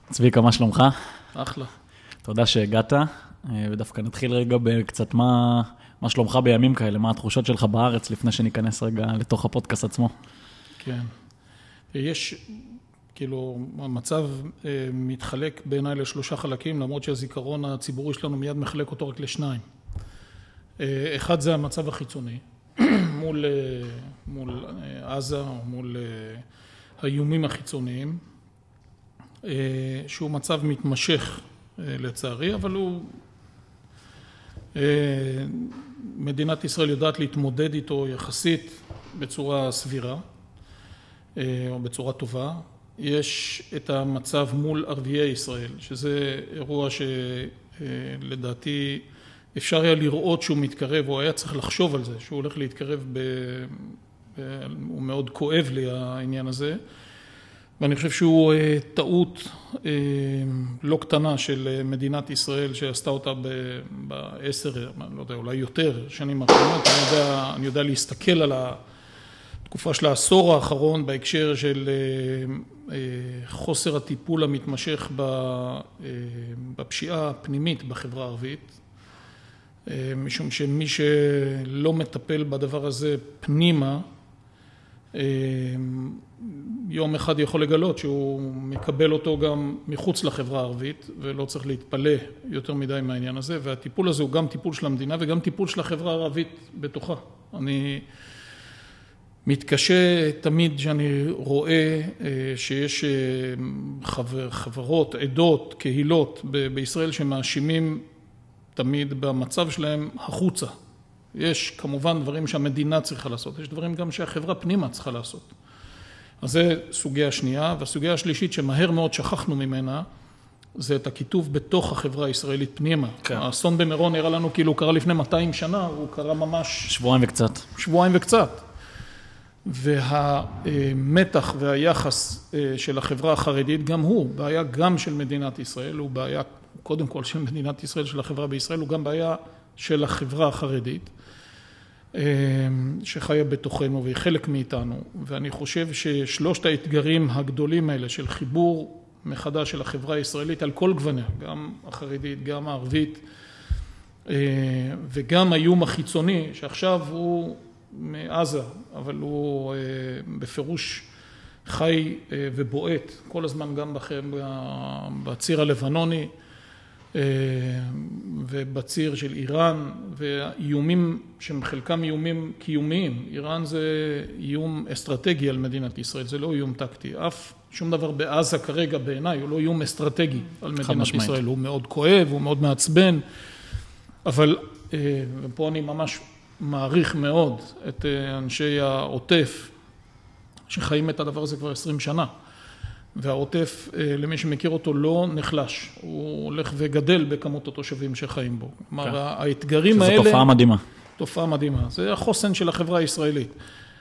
צביקה, מה שלומך? אחלה. תודה שהגעת, ודווקא נתחיל רגע בקצת מה שלומך בימים כאלה, מה התחושות שלך בארץ, לפני שניכנס רגע לתוך הפודקאסט עצמו. כן. יש, כאילו, המצב מתחלק בעיניי לשלושה חלקים, למרות שהזיכרון הציבורי שלנו מיד מחלק אותו רק לשניים. אחד זה המצב החיצוני, מול עזה או מול האיומים החיצוניים, שהוא מצב מתמשך לצערי, אבל מדינת ישראל יודעת להתמודד איתו יחסית בצורה סבירה או בצורה טובה. יש את המצב מול ערביי ישראל, שזה אירוע שלדעתי אפשר היה לראות שהוא מתקרב, הוא היה צריך לחשוב על זה, שהוא הולך להתקרב, הוא מאוד כואב לי העניין הזה, ואני חושב שהוא טעות לא קטנה של מדינת ישראל שעשתה אותה בעשר, לא יודע, אולי יותר שנים האחרונות. אני יודע להסתכל על התקופה של העשור האחרון בהקשר של חוסר הטיפול המתמשך בפשיעה הפנימית בחברה הערבית, משום שמי שלא מטפל בדבר הזה פנימה, יום אחד יכול לגלות שהוא מקבל אותו גם מחוץ לחברה הערבית, ולא צריך להתפלא יותר מדי מהעניין הזה, והטיפול הזה הוא גם טיפול של המדינה וגם טיפול של החברה הערבית בתוכה. אני מתקשה תמיד שאני רואה שיש חברות, עדות, קהילות בישראל שמאשימים תמיד במצב שלהם החוצה. יש כמובן דברים שהמדינה צריכה לעשות, יש דברים גם שהחברה פנימה צריכה לעשות. אז זה סוגיה שנייה, והסוגיה השלישית שמהר מאוד שכחנו ממנה, זה את הכיתוב בתוך החברה הישראלית פנימה. כן. האסון במירון נראה לנו כאילו הוא קרה לפני 200 שנה, הוא קרה ממש... שבועיים וקצת. והמתח והיחס של החברה החרדית, גם הוא בעיה גם של מדינת ישראל, הוא בעיה קודם כל של מדינת ישראל, של החברה בישראל, הוא גם בעיה של החברה החרדית, שחיה בתוכנו והיא חלק מאיתנו. ואני חושב ששלושת האתגרים הגדולים האלה של חיבור מחדש של החברה הישראלית על כל גווניה, גם החרדית, גם הערבית, וגם האיום החיצוני, שעכשיו הוא מעזה, אבל הוא בפירוש חי ובועט כל הזמן גם בציר הלבנוני, ובציר של איראן, והאיומים שהם חלקם איומים קיומיים. איראן זה איום אסטרטגי על מדינת ישראל, זה לא איום טקטי. שום דבר בעזה כרגע בעיניי הוא לא איום אסטרטגי על מדינת ישראל. הוא מאוד כואב, הוא מאוד מעצבן, אבל, ופה אני ממש מעריך מאוד את אנשי העוטף, שחיים את הדבר הזה כבר 20 שנה. והעוטף, למי שמכיר אותו, לא נחלש. הוא הולך וגדל בכמות התושבים שחיים בו. כלומר, האתגרים האלה... שזו תופעה מדהימה. תופעה מדהימה. זה החוסן של החברה הישראלית.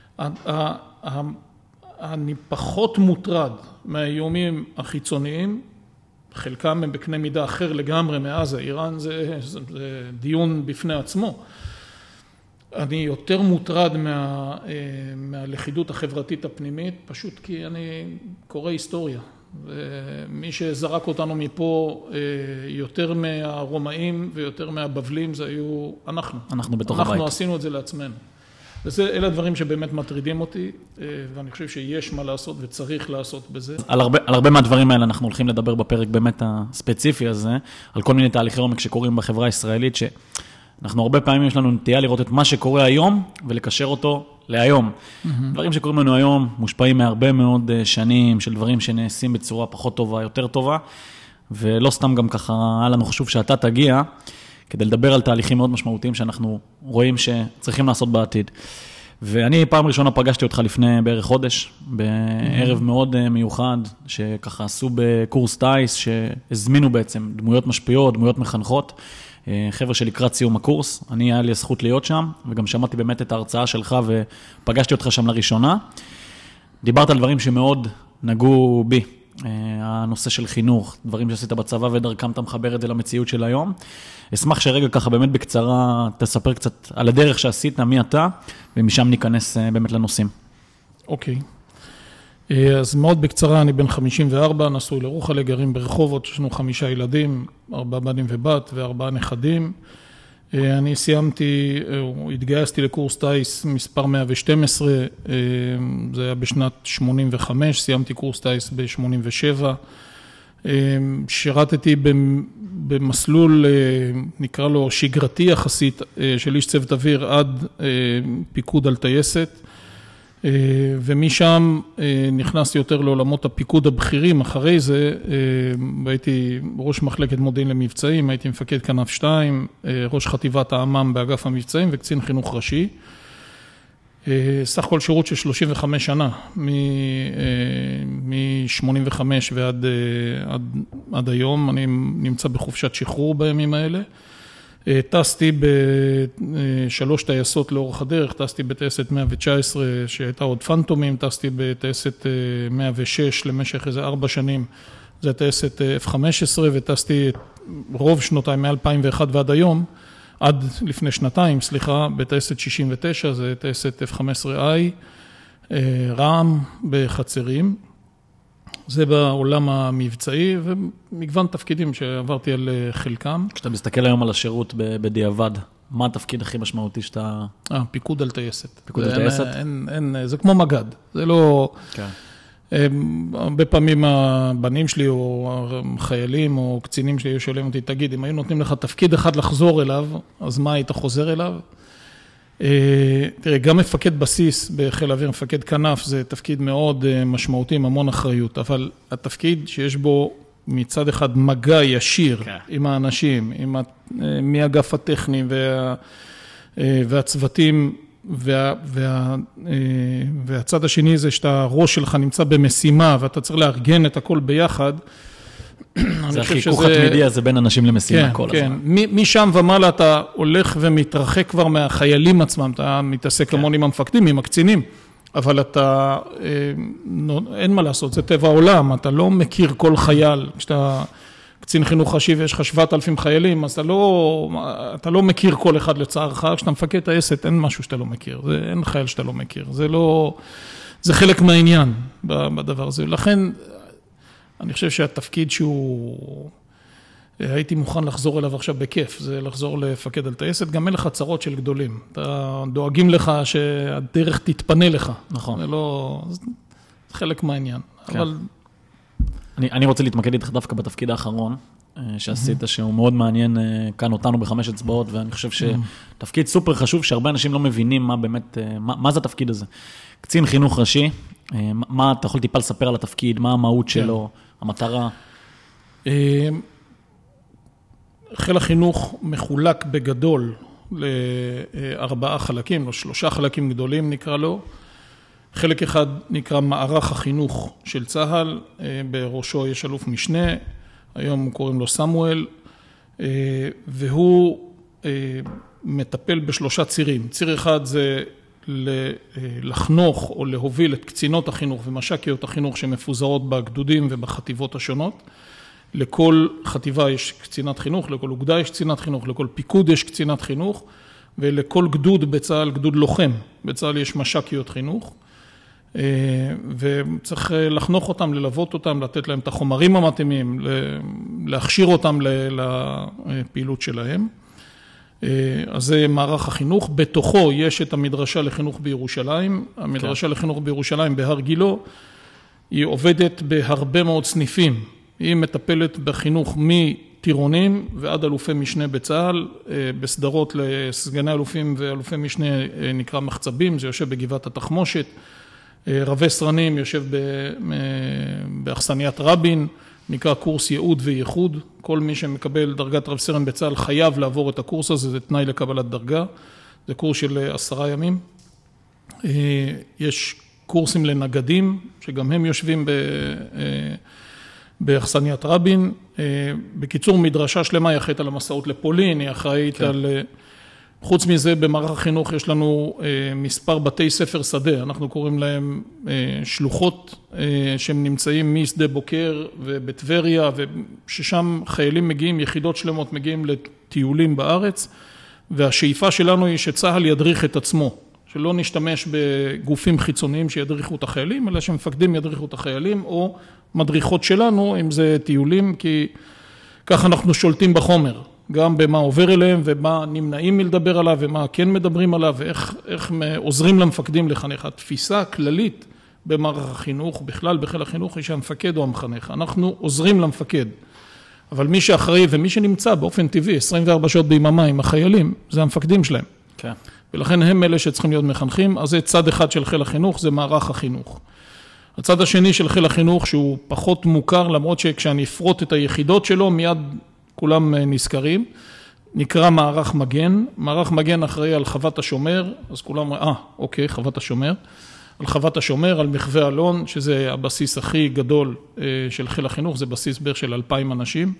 אני פחות מוטרד מהאיומים החיצוניים, חלקם הם בקנה מידה אחר לגמרי מעזה. איראן זה דיון בפני עצמו. אני יותר מוטרד מהלכידות החברתית הפנימית, פשוט כי אני קורא היסטוריה. ומי שזרק אותנו מפה יותר מהרומאים ויותר מהבבלים, זה היו אנחנו. אנחנו בתוך הבית. אנחנו עשינו את זה לעצמנו. אלה הדברים שבאמת מטרידים אותי, ואני חושב שיש מה לעשות וצריך לעשות בזה. על הרבה מהדברים האלה אנחנו הולכים לדבר בפרק באמת הספציפי הזה, על כל מיני תהליכי עומק שקורים בחברה הישראלית, אנחנו הרבה פעמים יש לנו נטייה לראות את מה שקורה היום ולקשר אותו להיום. דברים שקורים לנו היום מושפעים מהרבה מאוד שנים של דברים שנעשים בצורה פחות טובה, יותר טובה, ולא סתם גם ככה היה לנו חשוב שאתה תגיע, כדי לדבר על תהליכים מאוד משמעותיים שאנחנו רואים שצריכים לעשות בעתיד. ואני פעם ראשונה פגשתי אותך לפני בערך חודש, בערב מאוד מיוחד, שככה עשו בקורס טייס, שהזמינו בעצם דמויות משפיעות, דמויות מחנכות, חבר'ה שלקראת סיום הקורס. היה לי הזכות להיות שם, וגם שמעתי באמת את ההרצאה שלך, ופגשתי אותך שם לראשונה. דיברת על דברים שמאוד נגעו בי, הנושא של חינוך, דברים שעשית בצבא ודרכם אתה מחבר את זה למציאות של היום. אשמח שרגע ככה באמת בקצרה תספר קצת על הדרך שעשית, מי אתה, ומשם ניכנס באמת לנושאים. אוקיי. אז מאוד בקצרה, אני בן 54, נשוי לרוחלה, גרים ברחובות, יש לנו 5 ילדים, 4 בנים ובת ו4 נכדים. אני התגייסתי לקורס טייס מספר 112, זה היה בשנת 85, סיימתי קורס טייס ב-87, שירתתי במסלול, נקרא לו שגרתי יחסית, של איש צוות אוויר עד פיקוד על טייסת, ומשם נכנסתי יותר לעולמות הפיקוד הבכירים. אחרי זה הייתי ראש מחלקת מודיעין למבצעים, הייתי מפקד כנף 2, ראש חטיבת האמ"ם באגף המבצעים וקצין חינוך ראשי. סך כל שירות של 35 שנה, מ-85 ועד היום. אני נמצא בחופשת שחרור בימים האלה. טסתי ב3 טייסות לאורך הדרך, טסתי בטייסת 119 שהייתה עוד פנטומים, טסתי בטייסת 106 למשך איזה 4 שנים, זה טייסת F-15, וטסתי רוב שנותיי מ-2001 ועד היום, עד לפני שנתיים, בטייסת 69, זה טייסת F-15I, רעם בחצרים. זה בעולם המבצעי, ומגוון תפקידים שעברתי על חלקם. כשאתה מסתכל היום על השירות בדיעבד, מה התפקיד הכי משמעותי שאתה... פיקוד על טייסת. פיקוד על טייסת? זה כמו מגד, זה לא... כן. הרבה פעמים הבנים שלי, או חיילים, או קצינים שלי, שואלים אותי, תגיד, אם היו נותנים לך תפקיד אחד לחזור אליו, אז מה היית חוזר אליו? תראה, גם מפקד בסיס בחיל האוויר, מפקד כנף, זה תפקיד מאוד משמעותי, עם המון אחריות, אבל התפקיד שיש בו מצד אחד מגע ישיר עם האנשים, מאגף הטכני והצוותים, והצד השני זה שאתה, הראש שלך נמצא במשימה, ואתה צריך לארגן את הכל ביחד. זה החיכוך התמידי הזה בין אנשים למשימה כל הזמן. כן, משם ומעלה אתה הולך ומתרחק כבר מהחיילים עצמם, אתה מתעסק המון עם המפקדים, עם הקצינים, אבל אתה, אין מה לעשות, זה טבע העולם, אתה לא מכיר כל חייל, כשאתה קצין חינוך ראשי ויש לך 7,000 חיילים, אז אתה לא מכיר כל אחד לצערך, כשאתה מפקד טייסת, אין משהו שאתה לא מכיר, אין חייל שאתה לא מכיר, זה חלק מהעניין בדבר הזה, לכן, אני חושב שהתפקיד הייתי מוכן לחזור אליו עכשיו בכיף, זה לחזור לפקד על טייסת, גם אין לך צרות של גדולים, דואגים לך שהדרך תתפנה לך. נכון. זה לא, זה חלק מהעניין, אבל... אני רוצה להתמקד איתך דווקא בתפקיד האחרון, שעשית, שהוא מאוד מעניין כאן אותנו ב5 אצבעות, ואני חושב שתפקיד סופר חשוב, שהרבה אנשים לא מבינים מה באמת, מה זה התפקיד הזה. קצין חינוך ראשי, מה אתה יכול טיפה לספר על התפקיד, מה המהות שלו, המטרה? חיל החינוך מחולק בגדול ל4 חלקים, או 3 חלקים גדולים נקרא לו. חלק אחד נקרא מערך החינוך של צה"ל, בראשו יש אלוף משנה, היום קוראים לו סמואל, והוא מטפל ב3 צירים. ציר אחד זה לחנוך או להוביל את קצינות החינוך ומש"קיות החינוך שמפוזרות בגדודים ובחטיבות השונות. לכל חטיבה יש קצינת חינוך, לכל אוגדה יש קצינת חינוך, לכל פיקוד יש קצינת חינוך, ולכל גדוד בצה"ל, גדוד לוחם, בצה"ל יש מש"קיות חינוך, וצריך לחנוך אותם, ללוות אותם, לתת להם את החומרים המתאימים, להכשיר אותם לפעילות שלהם. אז זה מערך החינוך, בתוכו יש את המדרשה לחינוך בירושלים, המדרשה לחינוך בירושלים בהר גילה, היא עובדת בהרבה מאוד סניפים, היא מטפלת בחינוך מטירונים ועד אלופי משנה בצה"ל, בסדרות לסגני אלופים ואלופי משנה נקרא מחצבים, זה יושב בגבעת התחמושת, רבי סרנים יושב באכסניית רבין, נקרא קורס ייעוד וייחוד, כל מי שמקבל דרגת רב סרן בצה"ל חייב לעבור את הקורס הזה, זה תנאי לקבלת דרגה, זה קורס של 10 ימים. יש קורסים לנגדים, שגם הם יושבים באכסניית רבין. בקיצור, מדרשה שלמה היא אחראית על המסעות לפולין, היא אחראית על... חוץ מזה, במערך החינוך יש לנו מספר בתי ספר שדה, אנחנו קוראים להם שלוחות שהם נמצאים משדה בוקר ובטבריה, וששם חיילים מגיעים, יחידות שלמות מגיעים לטיולים בארץ, והשאיפה שלנו היא שצה"ל ידריך את עצמו, שלא נשתמש בגופים חיצוניים שידריכו את החיילים, אלא שמפקדים ידריכו את החיילים, או מדריכות שלנו, אם זה טיולים, כי ככה אנחנו שולטים בחומר, גם במה עובר אליהם, ומה נמנעים מלדבר עליו, ומה כן מדברים עליו, ואיך עוזרים למפקדים לחנך. התפיסה הכללית במערך החינוך, בכלל בחיל החינוך, היא שהמפקד או המחנך. אנחנו עוזרים למפקד, אבל מי שאחראי ומי שנמצא באופן טבעי, 24 שעות ביממה עם החיילים, זה המפקדים שלהם. כן. ולכן הם אלה שצריכים להיות מחנכים, אז זה צד אחד של חיל החינוך, זה מערך החינוך. הצד השני של חיל החינוך, שהוא פחות מוכר, למרות שכשאני אפרוט את היחידות שלו, מיד כולם נזכרים, נקרא מערך מגן. מערך מגן אחראי על חוות השומר, אז כולם, אוקיי, חוות השומר. על חוות השומר, על מחווה אלון, שזה הבסיס הכי גדול של חיל החינוך, זה בסיס בערך של 2,000 אנשים.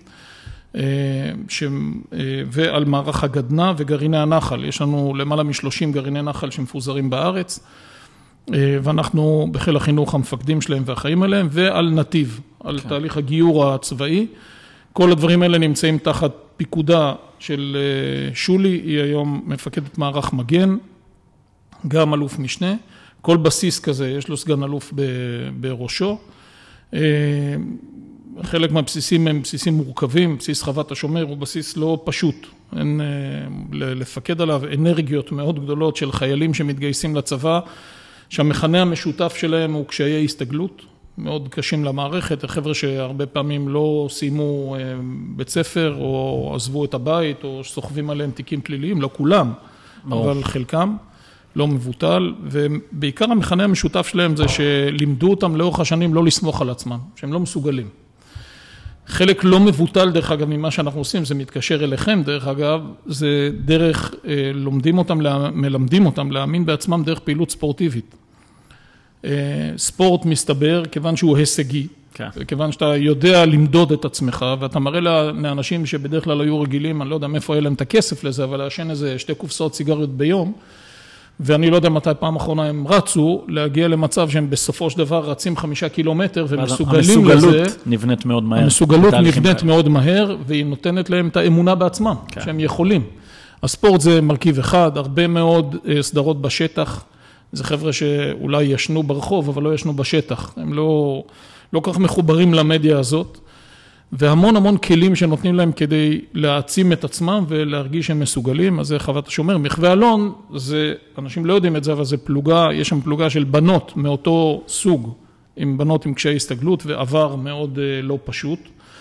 ועל מערך הגדנ"ע וגרעיני הנחל. יש לנו למעלה מ-30 גרעיני נחל שמפוזרים בארץ, ואנחנו בחיל החינוך המפקדים שלהם והחיים עליהם, ועל נתיב, על תהליך הגיור הצבאי. כל הדברים האלה נמצאים תחת פיקודה של שולי, היא היום מפקדת מערך מגן, גם אלוף משנה. כל בסיס כזה יש לו סגן אלוף בראשו. חלק מהבסיסים הם בסיסים מורכבים, בסיס חוות השומר הוא בסיס לא פשוט, אין לפקד עליו אנרגיות מאוד גדולות של חיילים שמתגייסים לצבא, שהמכנה המשותף שלהם הוא קשיי הסתגלות, מאוד קשים למערכת, החבר'ה שהרבה פעמים לא סיימו בית ספר או עזבו את הבית או סוחבים עליהם תיקים פליליים, לא כולם, אבל חלקם לא מבוטל, ובעיקר המכנה המשותף שלהם זה שלימדו אותם לאורך השנים לא לסמוך על עצמם, שהם לא מסוגלים. חלק לא מבוטל, דרך אגב, ממה שאנחנו עושים, זה מתקשר אליכם, דרך אגב, זה דרך, מלמדים אותם להאמין בעצמם דרך פעילות ספורטיבית. ספורט מסתבר, כיוון שהוא הישגי, כיוון שאתה יודע למדוד את עצמך, ואתה מראה לאנשים שבדרך כלל היו רגילים, אני לא יודע מאיפה היה להם את הכסף לזה, אבל לעשן איזה 2 קופסאות סיגריות ביום, ואני לא יודע מתי פעם אחרונה הם רצו, להגיע למצב שהם בסופו של דבר רצים 5 קילומטר ומסוגלים לזה. המסוגלות נבנית מאוד מהר. המסוגלות נבנית מאוד מהר, והיא נותנת להם את האמונה בעצמם, שהם יכולים. הספורט זה מרכיב אחד, הרבה מאוד סדרות בשטח, זה חבר'ה שאולי ישנו ברחוב, אבל לא ישנו בשטח. הם לא כך מחוברים למדיה הזאת, והמון המון כלים שנותנים להם כדי להעצים את עצמם ולהרגיש שהם מסוגלים, אז זה חוות השומר. מחווה אלון, זה, אנשים לא יודעים את זה, אבל זה פלוגה, יש שם פלוגה של בנות מאותו סוג, עם בנות עם קשיי הסתגלות, ועבר מאוד לא פשוט.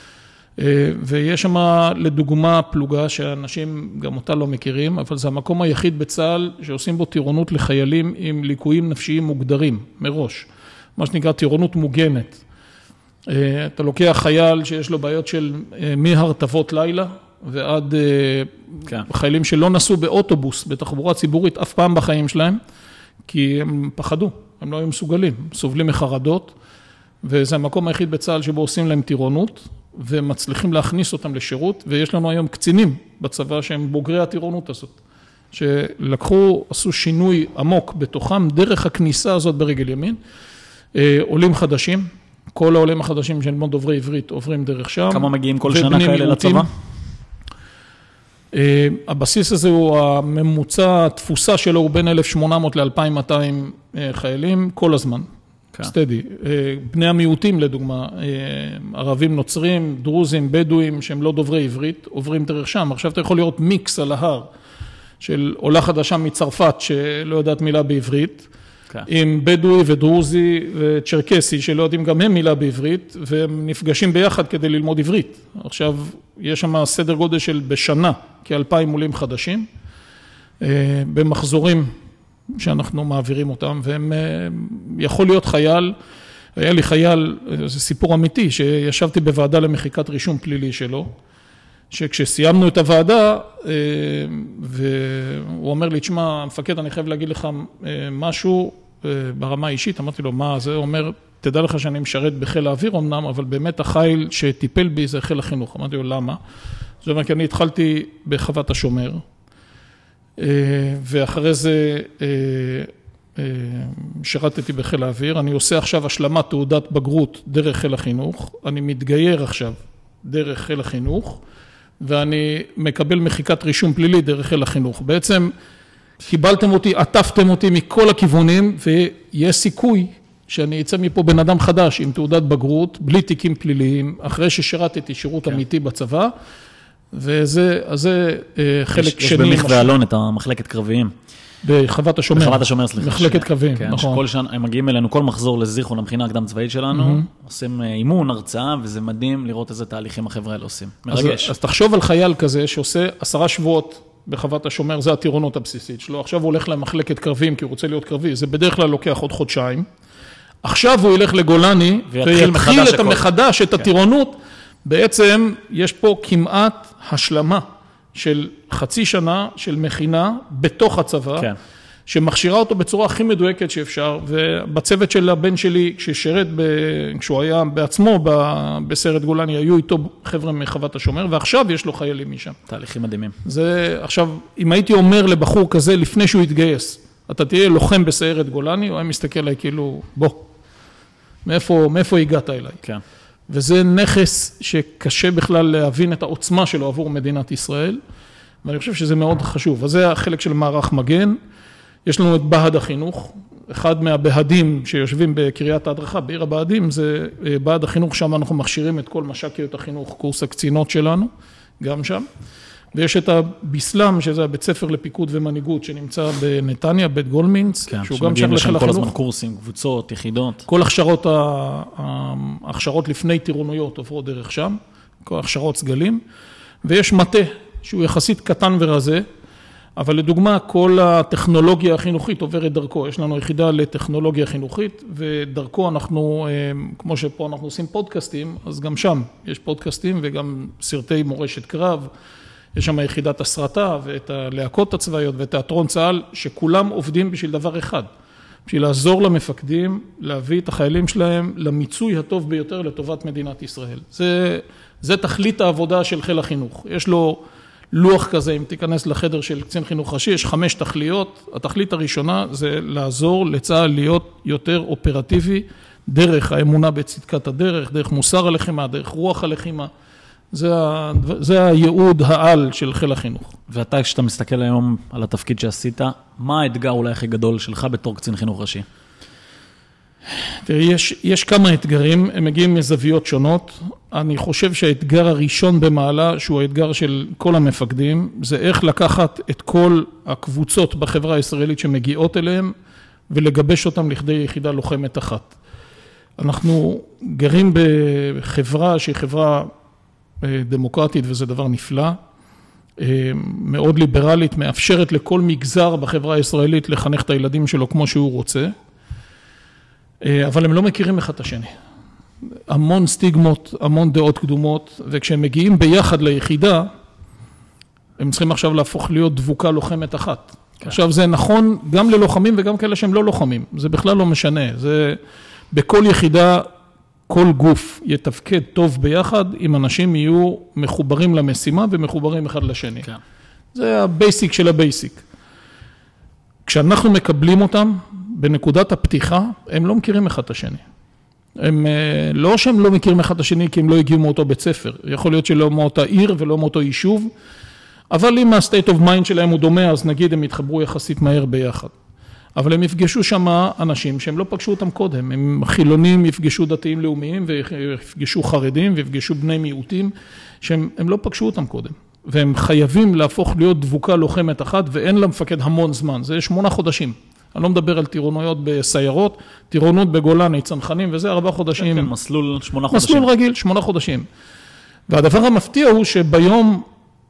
ויש שם לדוגמה פלוגה שאנשים גם אותה לא מכירים, אבל זה המקום היחיד בצה"ל שעושים בו טירונות לחיילים עם ליקויים נפשיים מוגדרים מראש, מה שנקרא טירונות מוגנת. אתה לוקח חייל שיש לו בעיות של מהרטבות לילה ועד חיילים שלא נסעו באוטובוס, בתחבורה ציבורית אף פעם בחיים שלהם, כי הם פחדו, הם לא היו מסוגלים, סובלים מחרדות, וזה המקום היחיד בצה"ל שבו עושים להם טירונות, ומצליחים להכניס אותם לשירות, ויש לנו היום קצינים בצבא שהם בוגרי הטירונות הזאת, שלקחו, עשו שינוי עמוק בתוכם, דרך הכניסה הזאת ברגל ימין, עולים חדשים, כל העולים החדשים של ללמוד דוברי עברית עוברים דרך שם. כמה מגיעים כל שנה כאלה לצבא? הבסיס הזה הוא הממוצע, התפוסה שלו הוא בין 1,800 ל-2,200 חיילים כל הזמן. סטדי. בני המיעוטים לדוגמה, ערבים נוצרים, דרוזים, בדואים, שהם לא דוברי עברית, עוברים דרך שם. עכשיו אתה יכול לראות מיקס על ההר של עולה חדשה מצרפת שלא יודעת מילה בעברית, עם בדואי ודרוזי וצ'רקסי שלא יודעים גם הם מילה בעברית, והם נפגשים ביחד כדי ללמוד עברית. עכשיו, יש שם סדר גודל של בשנה כ-2,000 עולים חדשים, במחזורים שאנחנו מעבירים אותם, והם יכול להיות חייל, היה לי חייל, זה סיפור אמיתי, שישבתי בוועדה למחיקת רישום פלילי שלו, שכשסיימנו את הוועדה, והוא אומר לי, תשמע, המפקד, אני חייב להגיד לך משהו ברמה האישית, אמרתי לו, מה זה? הוא אומר, תדע לך שאני משרת בחיל האוויר אמנם, אבל באמת החיל שטיפל בי זה חיל החינוך. אמרתי לו, למה? זאת אומרת, כי אני התחלתי בחוות השומר, ואחרי זה שירתתי בחיל האוויר, אני עושה עכשיו השלמת תעודת בגרות דרך חיל החינוך, אני מתגייר עכשיו דרך חיל החינוך, ואני מקבל מחיקת רישום פלילי דרך חיל החינוך. בעצם קיבלתם אותי, עטפתם אותי מכל הכיוונים, ויש סיכוי שאני אצא מפה בן אדם חדש עם תעודת בגרות, בלי תיקים פליליים, אחרי ששירתתי שירות אמיתי בצבא, וזה חלק שני. יש במחווה אלון את המחלקת קרביים. בחוות השומר. בחוות השומר, סליחה. מחלקת קרביים, כן, נכון. שכל שנה, הם מגיעים אלינו, כל מחזור לזיכרון, למכינה הקדם צבאית שלנו, עושים אימון, הרצאה, וזה מדהים לראות איזה תהליכים החבר'ה האלה עושים. מרגש. אז תחשוב על חייל כזה שעושה 10 שבועות בחוות השומר, זה הטירונות הבסיסית שלו. עכשיו הוא הולך למחלקת קרביים, כי הוא רוצה להיות קרבי. זה בדרך כלל לוקח עוד חודשיים. עכשיו הוא ילך לגולני, ויתחיל את המחדש, את הטירונות. בעצם יש פה כמעט השלמה של חצי שנה של מכינה בתוך הצבא, כן. שמכשירה אותו בצורה הכי מדויקת שאפשר, ובצוות של הבן שלי, כשהוא היה בעצמו בסיירת גולני, היו איתו חבר'ה מחוות השומר, ועכשיו יש לו חיילים משם. תהליכים מדהימים. עכשיו, אם הייתי אומר לבחור כזה לפני שהוא יתגייס, אתה תהיה לוחם בסיירת גולני, הוא היה מסתכל עליי כאילו, בוא, מאיפה הגעת אליי? כן. וזה נכס שקשה בכלל להבין את העוצמה שלו עבור מדינת ישראל, ואני חושב שזה מאוד חשוב. אז זה החלק של מערך מגן. יש לנו את בהד החינוך, אחד מהבהדים שיושבים בקריית ההדרכה, בעיר הבהדים, זה בהד החינוך, שם אנחנו מכשירים את כל מש"קיות החינוך, קורס הקצינות שלנו, גם שם. ויש את הביסלם, שזה הבית ספר לפיקוד ומנהיגות, שנמצא בנתניה, בית גולמינץ, כן, שהוא גם שם לחיל החינוך. כל הזמן קורסים, קבוצות, יחידות. כל ההכשרות לפני טירונויות עוברו דרך שם, כל הכשרות סגלים, ויש מטה שהוא יחסית קטן ורזה, אבל לדוגמה, כל הטכנולוגיה החינוכית עוברת דרכו. יש לנו יחידה לטכנולוגיה חינוכית, ודרכו אנחנו, כמו שפה אנחנו עושים פודקאסטים, אז גם שם יש פודקאסטים וגם סרטי מורשת קרב. יש שם יחידת הסרטה ואת הלהקות הצבאיות ותיאטרון צה"ל, שכולם עובדים בשביל דבר אחד. בשביל לעזור למפקדים, להביא את החיילים שלהם למיצוי הטוב ביותר לטובת מדינת ישראל. זה תכלית העבודה של חיל החינוך. יש לו לוח כזה, אם תיכנס לחדר של קצין חינוך ראשי, יש 5 תכליות. התכלית הראשונה זה לעזור לצה"ל להיות יותר אופרטיבי, דרך האמונה בצדקת הדרך, דרך מוסר הלחימה, דרך רוח הלחימה. זה הייעוד העל של חיל החינוך. ואתה, כשאתה מסתכל היום על התפקיד שעשית, מה האתגר אולי הכי גדול שלך בתור קצין חינוך ראשי? תראה, יש כמה אתגרים, הם מגיעים מזוויות שונות. אני חושב שהאתגר הראשון במעלה, שהוא האתגר של כל המפקדים, זה איך לקחת את כל הקבוצות בחברה הישראלית שמגיעות אליהם, ולגבש אותם לכדי יחידה לוחמת אחת. אנחנו גרים בחברה שהיא חברה דמוקרטית, וזה דבר נפלא, מאוד ליברלית, מאפשרת לכל מגזר בחברה הישראלית לחנך את הילדים שלו כמו שהוא רוצה, אבל הם לא מכירים אחד את השני. המון סטיגמות, המון דעות קדומות, וכשהם מגיעים ביחד ליחידה, הם צריכים עכשיו להפוך להיות דבוקה לוחמת אחת. כן. עכשיו זה נכון גם ללוחמים וגם כאלה שהם לא לוחמים, זה בכלל לא משנה, זה בכל יחידה, כל גוף יתפקד טוב ביחד, אם אנשים יהיו מחוברים למשימה ומחוברים אחד לשני. כן. זה הבייסיק של הבייסיק. כשאנחנו מקבלים אותם, בנקודת הפתיחה, הם לא מכירים אחד את השני. הם לא שהם לא מכירים אחד את השני, כי הם לא הגיעו מאותו בית ספר. יכול להיות שלא מאותה עיר ולא מאותו יישוב, אבל אם ה-state of mind שלהם הוא דומה, אז נגיד הם יתחברו יחסית מהר ביחד. אבל הם יפגשו שם אנשים שהם לא פגשו אותם קודם. הם חילונים יפגשו דתיים לאומיים, ויפגשו חרדים, ויפגשו בני מיעוטים, שהם לא פגשו אותם קודם. והם חייבים להפוך להיות דבוקה לוחמת אחת, ואין למפקד המון זמן. זה 8 חודשים. אני לא מדבר על טירונויות בסיירות, טירונות בגולני, צנחנים, וזה 4 חודשים. כן, מסלול 8 חודשים. מסלול רגיל, 8 חודשים. והדבר המפתיע הוא שביום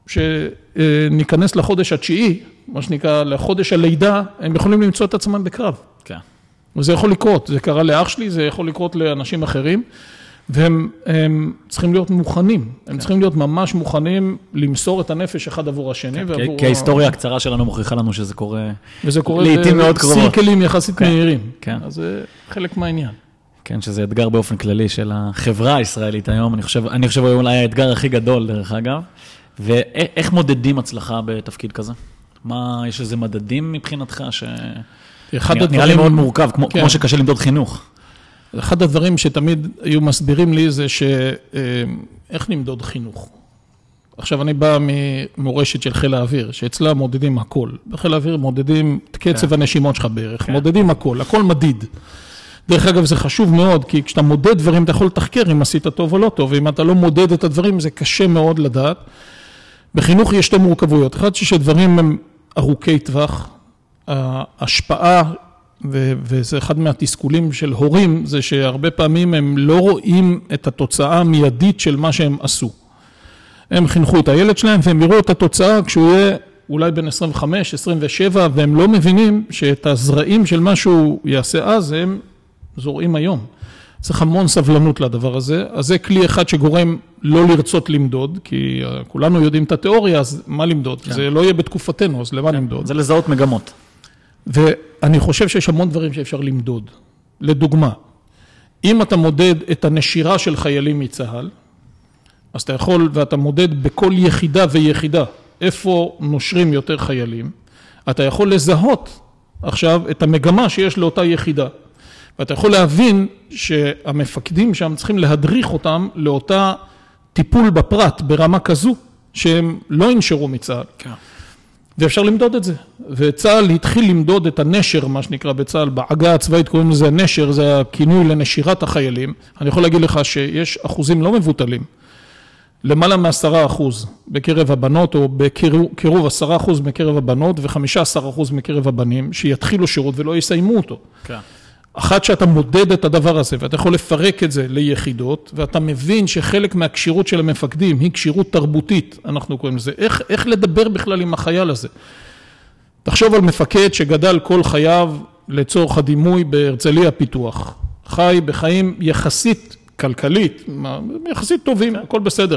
שניכנס לחודש התשיעי, מה שנקרא לחודש הלידה, הם יכולים למצוא את עצמם בקרב. כן. וזה יכול לקרות, זה קרה לאח שלי, זה יכול לקרות לאנשים אחרים, והם צריכים להיות מוכנים, הם צריכים להיות ממש מוכנים למסור את הנפש אחד עבור השני. כי ההיסטוריה הקצרה שלנו מוכיחה לנו שזה קורה וזה קורה לעתים מאוד קרובות. בסרקלים יחסית מהירים. כן. אז זה חלק מהעניין. כן, שזה אתגר באופן כללי של החברה הישראלית היום, אני חושב אולי האתגר הכי גדול דרך אגב, ואיך מודדים הצלחה בתפקיד כזה? מה, יש איזה מדדים מבחינתך נראה לי מאוד מורכב, כמו שקשה למדוד חינוך. אחד הדברים שתמיד היו מסבירים לי זה איך נמדוד חינוך. עכשיו אני בא ממורשת של חיל האוויר, שאצלה מודדים הכל. בחיל האוויר מודדים את קצב הנשימות שלך בערך, מודדים הכל, הכל מדיד. דרך אגב, זה חשוב מאוד, כי כשאתה מודד דברים, אתה יכול לתחקר אם עשית טוב או לא טוב, ואם אתה לא מודד את הדברים, זה קשה מאוד לדעת. בחינוך יש שתי מורכבויות. אחד, שדברים הם ארוכי טווח, ההשפעה, וזה אחד מהתסכולים של הורים, זה שהרבה פעמים הם לא רואים את התוצאה המיידית של מה שהם עשו. הם חינכו את הילד שלהם, והם יראו את התוצאה כשהוא יהיה אולי בין 25, 27, והם לא מבינים שאת הזרעים של מה שהוא יעשה אז, הם זורעים היום. צריך המון סבלנות לדבר הזה, אז זה כלי אחד שגורם לא לרצות למדוד, כי כולנו יודעים את התיאוריה, אז מה למדוד? כן. זה לא יהיה בתקופתנו, אז למה למדוד? זה לזהות מגמות. ואני חושב שיש המון דברים שאפשר למדוד. לדוגמה, אם אתה מודד את הנשירה של חיילים מצה"ל, אז אתה יכול, ואתה מודד בכל יחידה ויחידה, איפה נושרים יותר חיילים, אתה יכול לזהות עכשיו את המגמה שיש לאותה יחידה. ואתה יכול להבין שהמפקדים שם צריכים להדריך אותם לאותה טיפול בפרט ברמה כזו, שהם לא ינשרו מצה"ל. כן. ואפשר למדוד את זה. וצה"ל התחיל למדוד את הנשר, מה שנקרא בצה"ל, בעגה הצבאית קוראים לזה נשר, זה הכינוי לנשירת החיילים. אני יכול להגיד לך שיש אחוזים לא מבוטלים, למעלה מ10% בקרב הבנות, או בקירוב 10% מקרב הבנות, ו15% מקרב הבנים, שיתחילו שירות ולא יסיימו אותו. כן. אחת שאתה מודד את הדבר הזה, ואתה יכול לפרק את זה ליחידות, ואתה מבין שחלק מהקשירות של המפקדים היא קשירות תרבותית, אנחנו קוראים לזה. איך לדבר בכלל עם החייל הזה? תחשוב על מפקד שגדל כל חייו לצורך הדימוי בהרצליה פיתוח. חי בחיים יחסית כלכלית, יחסית טובים, הכל בסדר.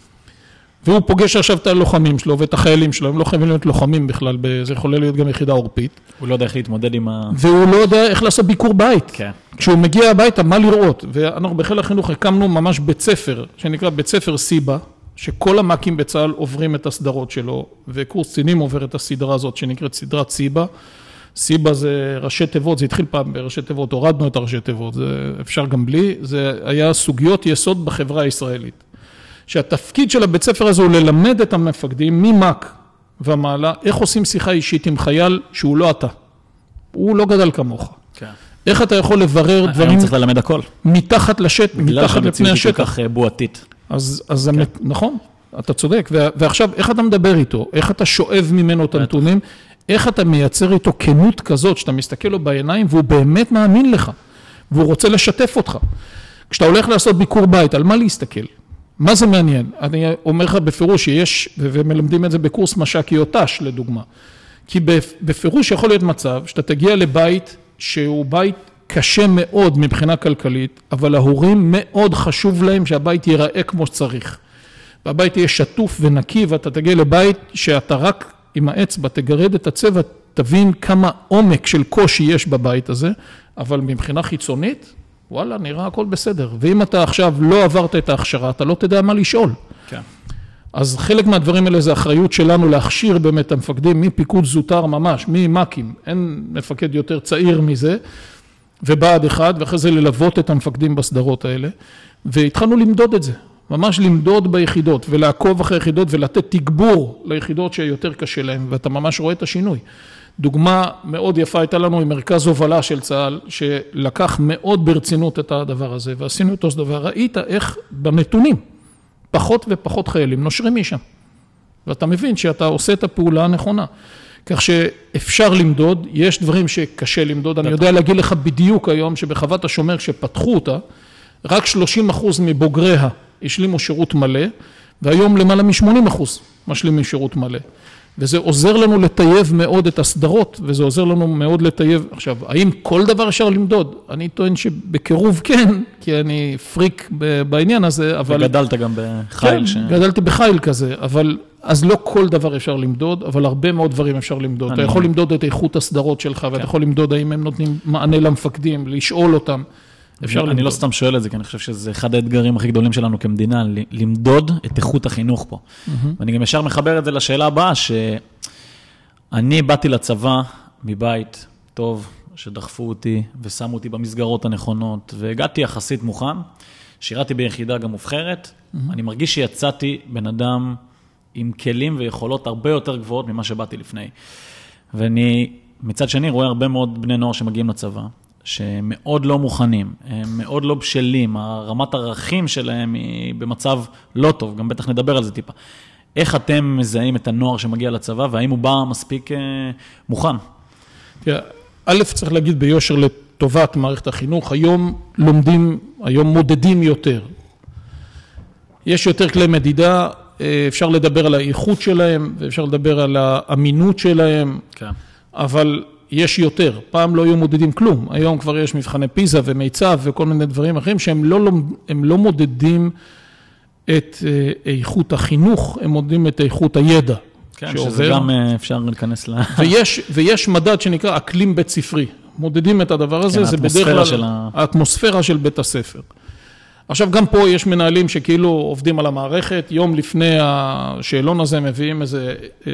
והוא פוגש עכשיו את הלוחמים שלו ואת החיילים שלו, הם לא חייבים להיות לוחמים בכלל, זה יכול להיות גם יחידה עורפית. הוא לא יודע איך להתמודד עם והוא לא יודע איך לעשות ביקור בית. כן. כשהוא מגיע הביתה, מה לראות? ואנחנו בחיל החינוך הקמנו ממש בית ספר, שנקרא בית ספר סיבה, שכל המ"כים בצה"ל עוברים את הסדרות שלו, וקורס קצינים עובר את הסדרה הזאת, שנקראת סדרת סיבה. סיבה זה ראשי תיבות, זה התחיל פעם בראשי תיבות, הורדנו את הראשי תיבות, זה אפשר גם בלי, זה היה סוגיות יסוד בחברה הישראלית. שהתפקיד של הבית ספר הזה הוא ללמד את המפקדים ממ"ק ומעלה, איך עושים שיחה אישית עם חייל שהוא לא אתה. הוא לא גדל כמוך. כן. איך אתה יכול לברר דברים... היום צריך ללמד הכל. מתחת לשטח, מתחת לפני השטח. בגלל שהמציאות היא כל כך בועתית. אז כן. נכון, אתה צודק. ועכשיו, איך אתה מדבר איתו? איך אתה שואב ממנו את הנתונים? איך אתה מייצר איתו כנות כזאת, שאתה מסתכל לו בעיניים, והוא באמת מאמין לך, והוא רוצה לשתף אותך. כשאתה הולך לעשות ביקור בית, על מה להסתכל? מה זה מעניין? אני אומר לך בפירוש שיש, ומלמדים את זה בקורס מש"קיות ת"ש, לדוגמה. כי בפירוש יכול להיות מצב שאתה תגיע לבית שהוא בית קשה מאוד מבחינה כלכלית, אבל ההורים מאוד חשוב להם שהבית ייראה כמו שצריך. והבית יהיה שטוף ונקי, ואתה תגיע לבית שאתה רק עם האצבע תגרד את הצבע, תבין כמה עומק של קושי יש בבית הזה, אבל מבחינה חיצונית, וואלה, נראה הכל בסדר. ואם אתה עכשיו לא עברת את ההכשרה, אתה לא תדע מה לשאול. כן. אז חלק מהדברים האלה זה אחריות שלנו להכשיר באמת המפקדים מפיקוד זוטר ממש, ממ"כים. אין מפקד יותר צעיר מזה, ובעד אחד, ואחרי זה ללוות את המפקדים בסדרות האלה. והתחלנו למדוד את זה. ממש למדוד ביחידות, ולעקוב אחרי יחידות, ולתת תגבור ליחידות שיותר קשה להם, ואתה ממש רואה את השינוי. דוגמה מאוד יפה הייתה לנו עם מרכז הובלה של צה"ל, שלקח מאוד ברצינות את הדבר הזה, ועשינו אותו דבר, ראית איך בנתונים, פחות ופחות חיילים נושרים משם. ואתה מבין שאתה עושה את הפעולה הנכונה. כך שאפשר למדוד, יש דברים שקשה למדוד, אני יודע להגיד לך בדיוק היום, שבחוות השומר שפתחו אותה, רק 30% מבוגריה השלימו שירות מלא, והיום למעלה מ-80% משלימים שירות מלא. וזה עוזר לנו לטייב מאוד את הסדרות, וזה עוזר לנו מאוד לטייב. עכשיו, האם כל דבר אפשר למדוד? אני טוען שבקירוב כן, כי אני פריק בעניין הזה, אבל... וגדלת גם בחיל. כן, גדלתי בחיל כזה, אבל... אז לא כל דבר אפשר למדוד, אבל הרבה מאוד דברים אפשר למדוד. אתה יכול למדוד את איכות הסדרות שלך, ואתה יכול למדוד האם הם נותנים מענה למפקדים, לשאול אותם. אני לא סתם שואל את זה, כי אני חושב שזה אחד האתגרים הכי גדולים שלנו כמדינה, למדוד את איכות החינוך פה. ואני גם ישר מחבר את זה לשאלה הבאה, שאני באתי לצבא מבית טוב, שדחפו אותי ושמו אותי במסגרות הנכונות, והגעתי יחסית מוכן, שירתי ביחידה גם מובחרת, אני מרגיש שיצאתי בן אדם עם כלים ויכולות הרבה יותר גבוהות ממה שבאתי לפני. ואני, מצד שני, רואה הרבה מאוד בני נוער שמגיעים לצבא, שמאוד לא מוכנים, הם מאוד לא בשלים, הרמת הערכים שלהם היא במצב לא טוב, גם בטח נדבר על זה טיפה. איך אתם מזהים את הנוער שמגיע לצבא, והאם הוא בא מספיק מוכן? תראה, א', צריך להגיד ביושר לטובת מערכת החינוך, היום לומדים, היום מודדים יותר. יש יותר כלי מדידה, אפשר לדבר על האיכות שלהם, ואפשר לדבר על האמינות שלהם, כן. אבל יש יותר. פעם לא היו מודדים כלום. היום כבר יש מבחני פיזה ומיצב וכל מיני דברים אחרים, שהם לא מודדים את איכות החינוך, הם מודדים את איכות הידע. כן, שעובר. שזה גם אפשר להיכנס ויש מדד שנקרא אקלים בית ספרי. מודדים את הדבר הזה, כן, זה בדרך כלל האטמוספירה של בית הספר. עכשיו גם פה יש מנהלים שכאילו עובדים על המערכת, יום לפני השאלון הזה מביאים איזה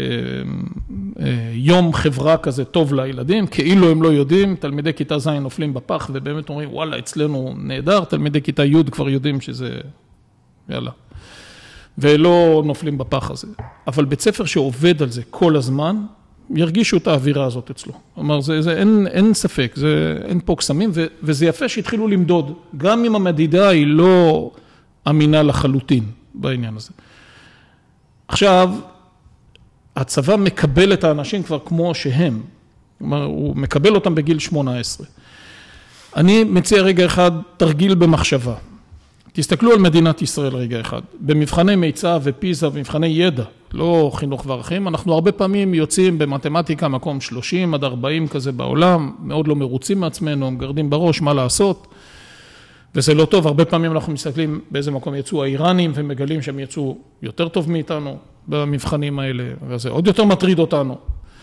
יום חברה כזה טוב לילדים, כאילו הם לא יודעים, תלמידי כיתה ז' נופלים בפח ובאמת אומרים וואלה אצלנו נהדר, תלמידי כיתה י' כבר יודעים שזה יאללה, ולא נופלים בפח הזה. אבל בית ספר שעובד על זה כל הזמן, ירגישו את האווירה הזאת אצלו. כלומר, אין ספק, אין פה קסמים, וזה יפה שהתחילו למדוד, גם אם המדידה היא לא אמינה לחלוטין בעניין הזה. עכשיו, הצבא מקבל את האנשים כבר כמו שהם, כלומר, הוא מקבל אותם בגיל 18. אני מציע רגע אחד תרגיל במחשבה. תסתכלו על מדינת ישראל רגע אחד. במבחני מיצ"ב ופיזה ומבחני ידע, לא חינוך וערכים, אנחנו הרבה פעמים יוצאים במתמטיקה מקום 30 עד 40 כזה בעולם, מאוד לא מרוצים מעצמנו, מגרדים בראש מה לעשות, וזה לא טוב. הרבה פעמים אנחנו מסתכלים באיזה מקום יצאו האיראנים, ומגלים שהם יצאו יותר טוב מאיתנו במבחנים האלה, וזה עוד יותר מטריד אותנו.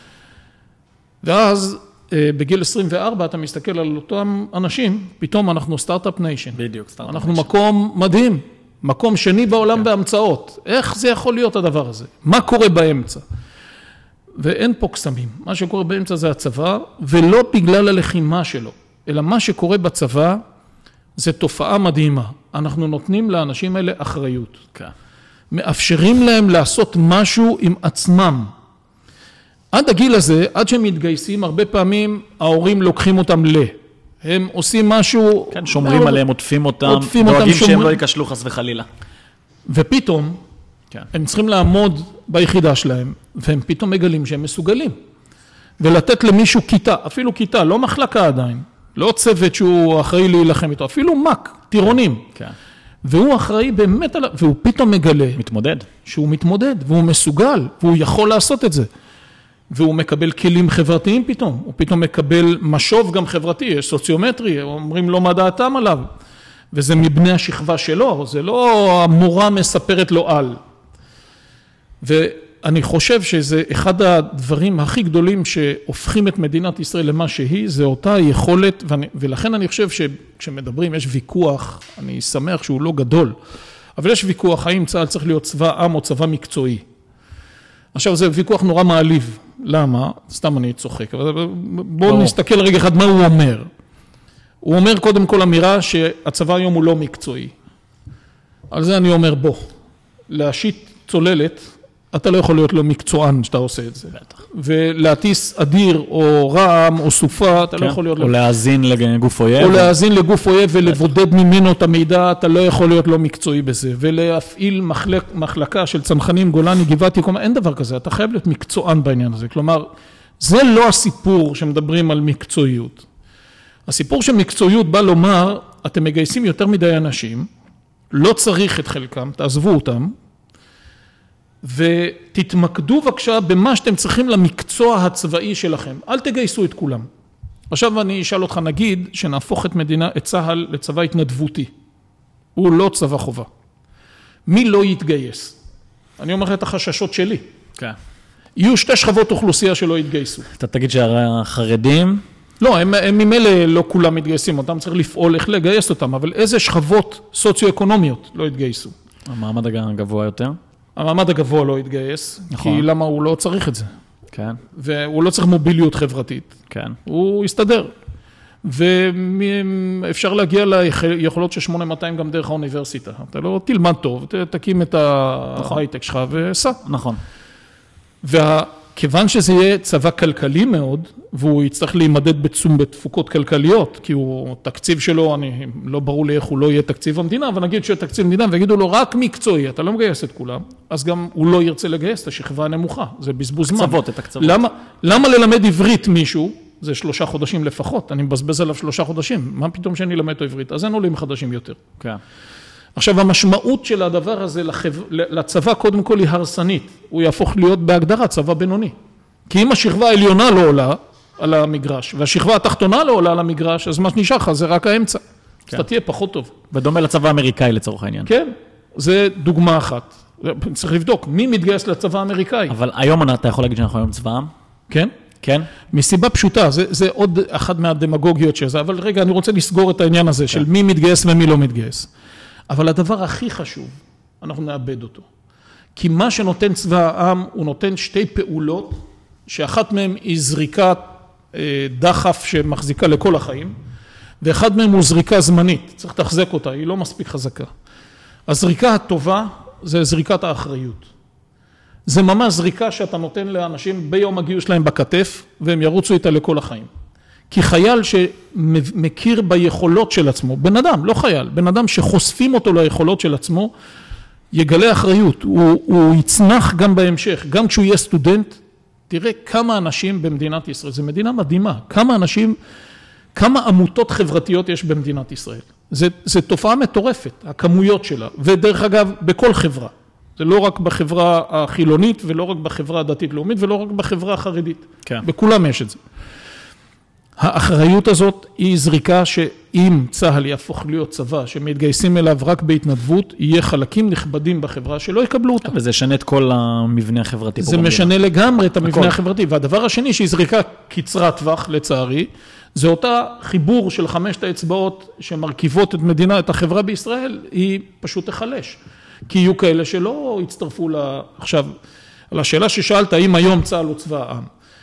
ואז בגיל 24 אתה מסתכל על אותם אנשים, פתאום אנחנו סטארט-אפ ניישן. בדיוק, סטארט-אפ אנחנו מקום מדהים, מקום שני בעולם בהמצאות. איך זה יכול להיות הדבר הזה? מה קורה באמצע? ואין פה קסמים. מה שקורה באמצע זה הצבא, ולא בגלל הלחימה שלו, אלא מה שקורה בצבא זה תופעה מדהימה. אנחנו נותנים לאנשים האלה אחריות. כן. מאפשרים להם לעשות משהו עם עצמם. עד הגיל הזה, עד שהם מתגייסים, הרבה פעמים ההורים לוקחים אותם הם עושים משהו... כן, שומרים עליהם, עוטפים אותם, דואגים שהם לא יקשלו חס וחלילה. ופתאום, כן. הם צריכים לעמוד ביחידה שלהם, והם פתאום מגלים שהם מסוגלים. ולתת למישהו כיתה, אפילו כיתה, לא מחלקה עדיין, לא צוות שהוא אחראי להילחם איתו, אפילו מק, טירונים. כן. והוא אחראי באמת עליו, והוא פתאום מגלה... מתמודד. שהוא מתמודד, והוא מסוגל, והוא יכול לעשות את זה. והוא מקבל כלים חברתיים פתאום, הוא פתאום מקבל משוב גם חברתי, יש סוציומטרי, אומרים לו מה דעתם עליו, וזה מבני השכבה שלו, זה לא המורה מספרת לו על. ואני חושב שזה אחד הדברים הכי גדולים שהופכים את מדינת ישראל למה שהיא, זה אותה יכולת, ולכן אני חושב שכשמדברים יש ויכוח, אני שמח שהוא לא גדול, אבל יש ויכוח, האם צה"ל צריך להיות צבא עם או צבא מקצועי. עכשיו זה ויכוח נורא מעליב, למה? סתם אני צוחק, אבל בואו נסתכל רגע אחד מה הוא אומר. הוא אומר קודם כל אמירה שהצבא היום הוא לא מקצועי. על זה אני אומר בוא, להשיט צוללת, אתה לא יכול להיות לא מקצוען שאתה עושה את זה. בטח. ולהטיס אדיר או רעם או סופה, אתה לא יכול להיות... או להאזין לגוף אויב. או להאזין לגוף אויב ולבודד ממנו את המידע, אתה לא יכול להיות לא מקצועי בזה. ולהפעיל מחלקה של צנחנים, גולני, גבעתי, אין דבר כזה, אתה חייב להיות מקצוען בעניין הזה. כלומר, זה לא הסיפור שמדברים על מקצועיות. הסיפור של מקצועיות בא לומר, אתם מגייסים יותר מדי אנשים, לא צריך את חלקם, תעזבו אותם, ותתמקדו בבקשה במה שאתם צריכים למקצוע הצבאי שלכם. אל תגייסו את כולם. עכשיו אני אשאל אותך, נגיד שנהפוך את צה"ל לצבא התנדבותי. הוא לא צבא חובה. מי לא יתגייס? אני אומר את החששות שלי. כן. יהיו שתי שכבות אוכלוסייה שלא יתגייסו. אתה תגיד שהחרדים... לא, הם ממילא לא כולם מתגייסים אותם, צריך לפעול איך לגייס אותם, אבל איזה שכבות סוציו-אקונומיות לא יתגייסו? המעמד הגבוה יותר? המעמד הגבוה לא יתגייס, נכון. כי למה הוא לא צריך את זה? כן. והוא לא צריך מוביליות חברתית. כן. הוא יסתדר. ואפשר להגיע ליכולות של 8200 גם דרך האוניברסיטה. אתה לא תלמד טוב, תקים את ההייטק שלך וסע. נכון. וכיוון שזה יהיה צבא כלכלי מאוד, והוא יצטרך להימדד בתפוקות כלכליות, כי הוא, תקציב שלו, לא ברור לי איך הוא לא יהיה תקציב המדינה, אבל נגיד שיהיה תקציב המדינה, ויגידו לו רק מקצועי, אתה לא מגייס את כולם, אז גם הוא לא ירצה לגייס את השכבה הנמוכה, זה בזבוז זמן. קצוות, את הקצוות. למה ללמד עברית מישהו? זה 3 חודשים לפחות, אני מבזבז עליו 3 חודשים, מה פתאום שאני אלמד את העברית? אז אין עולים חדשים יותר. כן. עכשיו, המשמעות של הדבר הזה לצבא, קודם כל, היא הרסנית. הוא יהפוך להיות בהגדרה צבא בינוני. כי אם השכבה העליונה לא עולה על המגרש, והשכבה התחתונה לא עולה על המגרש, אז מה שנשאר לך זה רק האמצע. אז אתה תהיה פחות טוב. ודומה לצבא האמריקאי לצורך העניין. כן, זה דוגמה אחת. צריך לבדוק, מי מתגייס לצבא האמריקאי? אבל היום אתה יכול להגיד שאנחנו היום צבא עם? כן. כן? מסיבה פשוטה, זה עוד אחת מהדמגוגיות של זה, אבל רגע, אני רוצה לסגור את העניין הזה של מי מתגייס ומי לא מתגייס. אבל הדבר הכי חשוב, אנחנו נאבד אותו. כי מה שנותן צבא העם, הוא נותן 2 פעולות, שאחת מהן היא זריקת דחף שמחזיקה לכל החיים, ואחד מהם הוא זריקה זמנית, צריך לתחזק אותה, היא לא מספיק חזקה. הזריקה הטובה זה זריקת האחריות. זה ממש זריקה שאתה נותן לאנשים ביום הגיוס שלהם בכתף, והם ירוצו איתה לכל החיים. כי חייל שמכיר ביכולות של עצמו, בן אדם, לא חייל, בן אדם שחושפים אותו ליכולות של עצמו, יגלה אחריות, הוא יצנח גם בהמשך, גם כשהוא יהיה סטודנט, תראה כמה אנשים במדינת ישראל, זו מדינה מדהימה, כמה אנשים, כמה עמותות חברתיות יש במדינת ישראל. זה תופעה מטורפת, הכמויות שלה, ודרך אגב, בכל חברה. זה לא רק בחברה החילונית, ולא רק בחברה הדתית-לאומית, ולא רק בחברה החרדית. כן. בכולם יש את זה. האחריות הזאת היא זריקה שאם צה"ל יהפוך להיות צבא שמתגייסים אליו רק בהתנדבות, יהיה חלקים נכבדים בחברה שלא יקבלו אותה. וזה ישנה את כל המבנה החברתי. זה משנה לגמרי את המבנה החברתי. והדבר השני שהיא זריקה קצרת טווח לצערי, זה אותה חיבור של 5 האצבעות שמרכיבות את החברה בישראל, היא פשוט תחלש. כי יהיו כאלה שלא יצטרפו עכשיו, על השאלה ששאלת, האם היום צה"ל הוא צבא העם?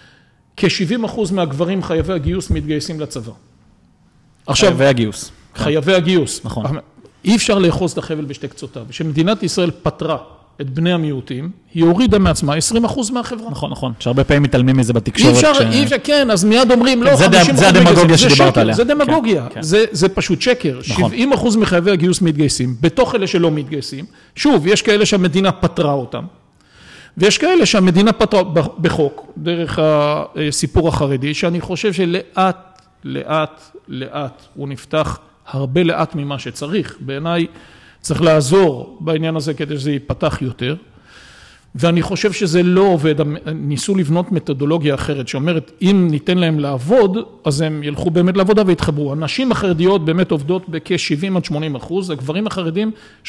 כ-70% מהגברים חייבי הגיוס מתגייסים לצבא. חייבי הגיוס. חייבי הגיוס. נכון. אי אפשר לאחוז את החבל בשתי קצותיו. כשמדינת ישראל פטרה את בני המיעוטים, היא הורידה מעצמה 20% מהחברה. נכון, נכון. שהרבה פעמים מתעלמים מזה בתקשורת. אי אפשר, כן, אז מיד אומרים, לא, 50%. זה הדמגוגיה שדיברת עליה. זה דמגוגיה, זה פשוט שקר. 70% מחייבי הגיוס מתגייסים, בתוך אלה שלא מתגייסים. שוב, יש כאלה שהמדינה פטרה אותם. ויש כאלה שהמדינה פטרה בחוק, דרך הסיפור החרדי, שאני חושב שלאט, לאט, הוא נפתח הרבה לאט ממה שצריך. בעיניי צריך לעזור בעניין הזה כדי שזה ייפתח יותר. ואני חושב שזה לא עובד, ניסו לבנות מתודולוגיה אחרת, שאומרת, אם ניתן להם לעבוד, אז הם ילכו באמת לעבודה והתחברו. הנשים החרדיות באמת עובדות בכ-70-80%, הגברים החרדים 30-40%.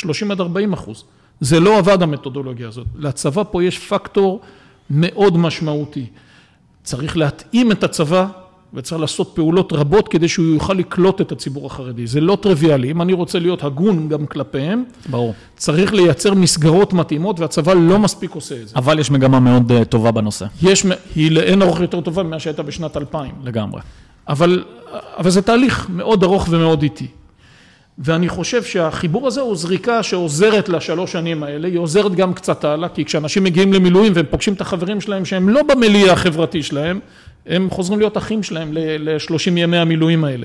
זה לא עבד המתודולוגיה הזאת. לצבא פה יש פקטור מאוד משמעותי. צריך להתאים את הצבא, וצריך לעשות פעולות רבות כדי שהוא יוכל לקלוט את הציבור החרדי. זה לא טריוויאלי. אם אני רוצה להיות הגון גם כלפיהם, ברור. צריך לייצר מסגרות מתאימות, והצבא לא מספיק עושה את זה. אבל יש מגמה מאוד טובה בנושא. היא לאין ארוך יותר טובה ממה שהייתה בשנת 2000. לגמרי. אבל זה תהליך מאוד ארוך ומאוד איטי. ואני חושב שהחיבור הזה הוא זריקה שעוזרת ל3 שנים האלה, היא עוזרת גם קצת הלאה, כי כשאנשים מגיעים למילואים והם פוגשים את החברים שלהם שהם לא במיליה החברתי שלהם, הם חוזרים להיות אחים שלהם ל30 ימי המילואים האלה.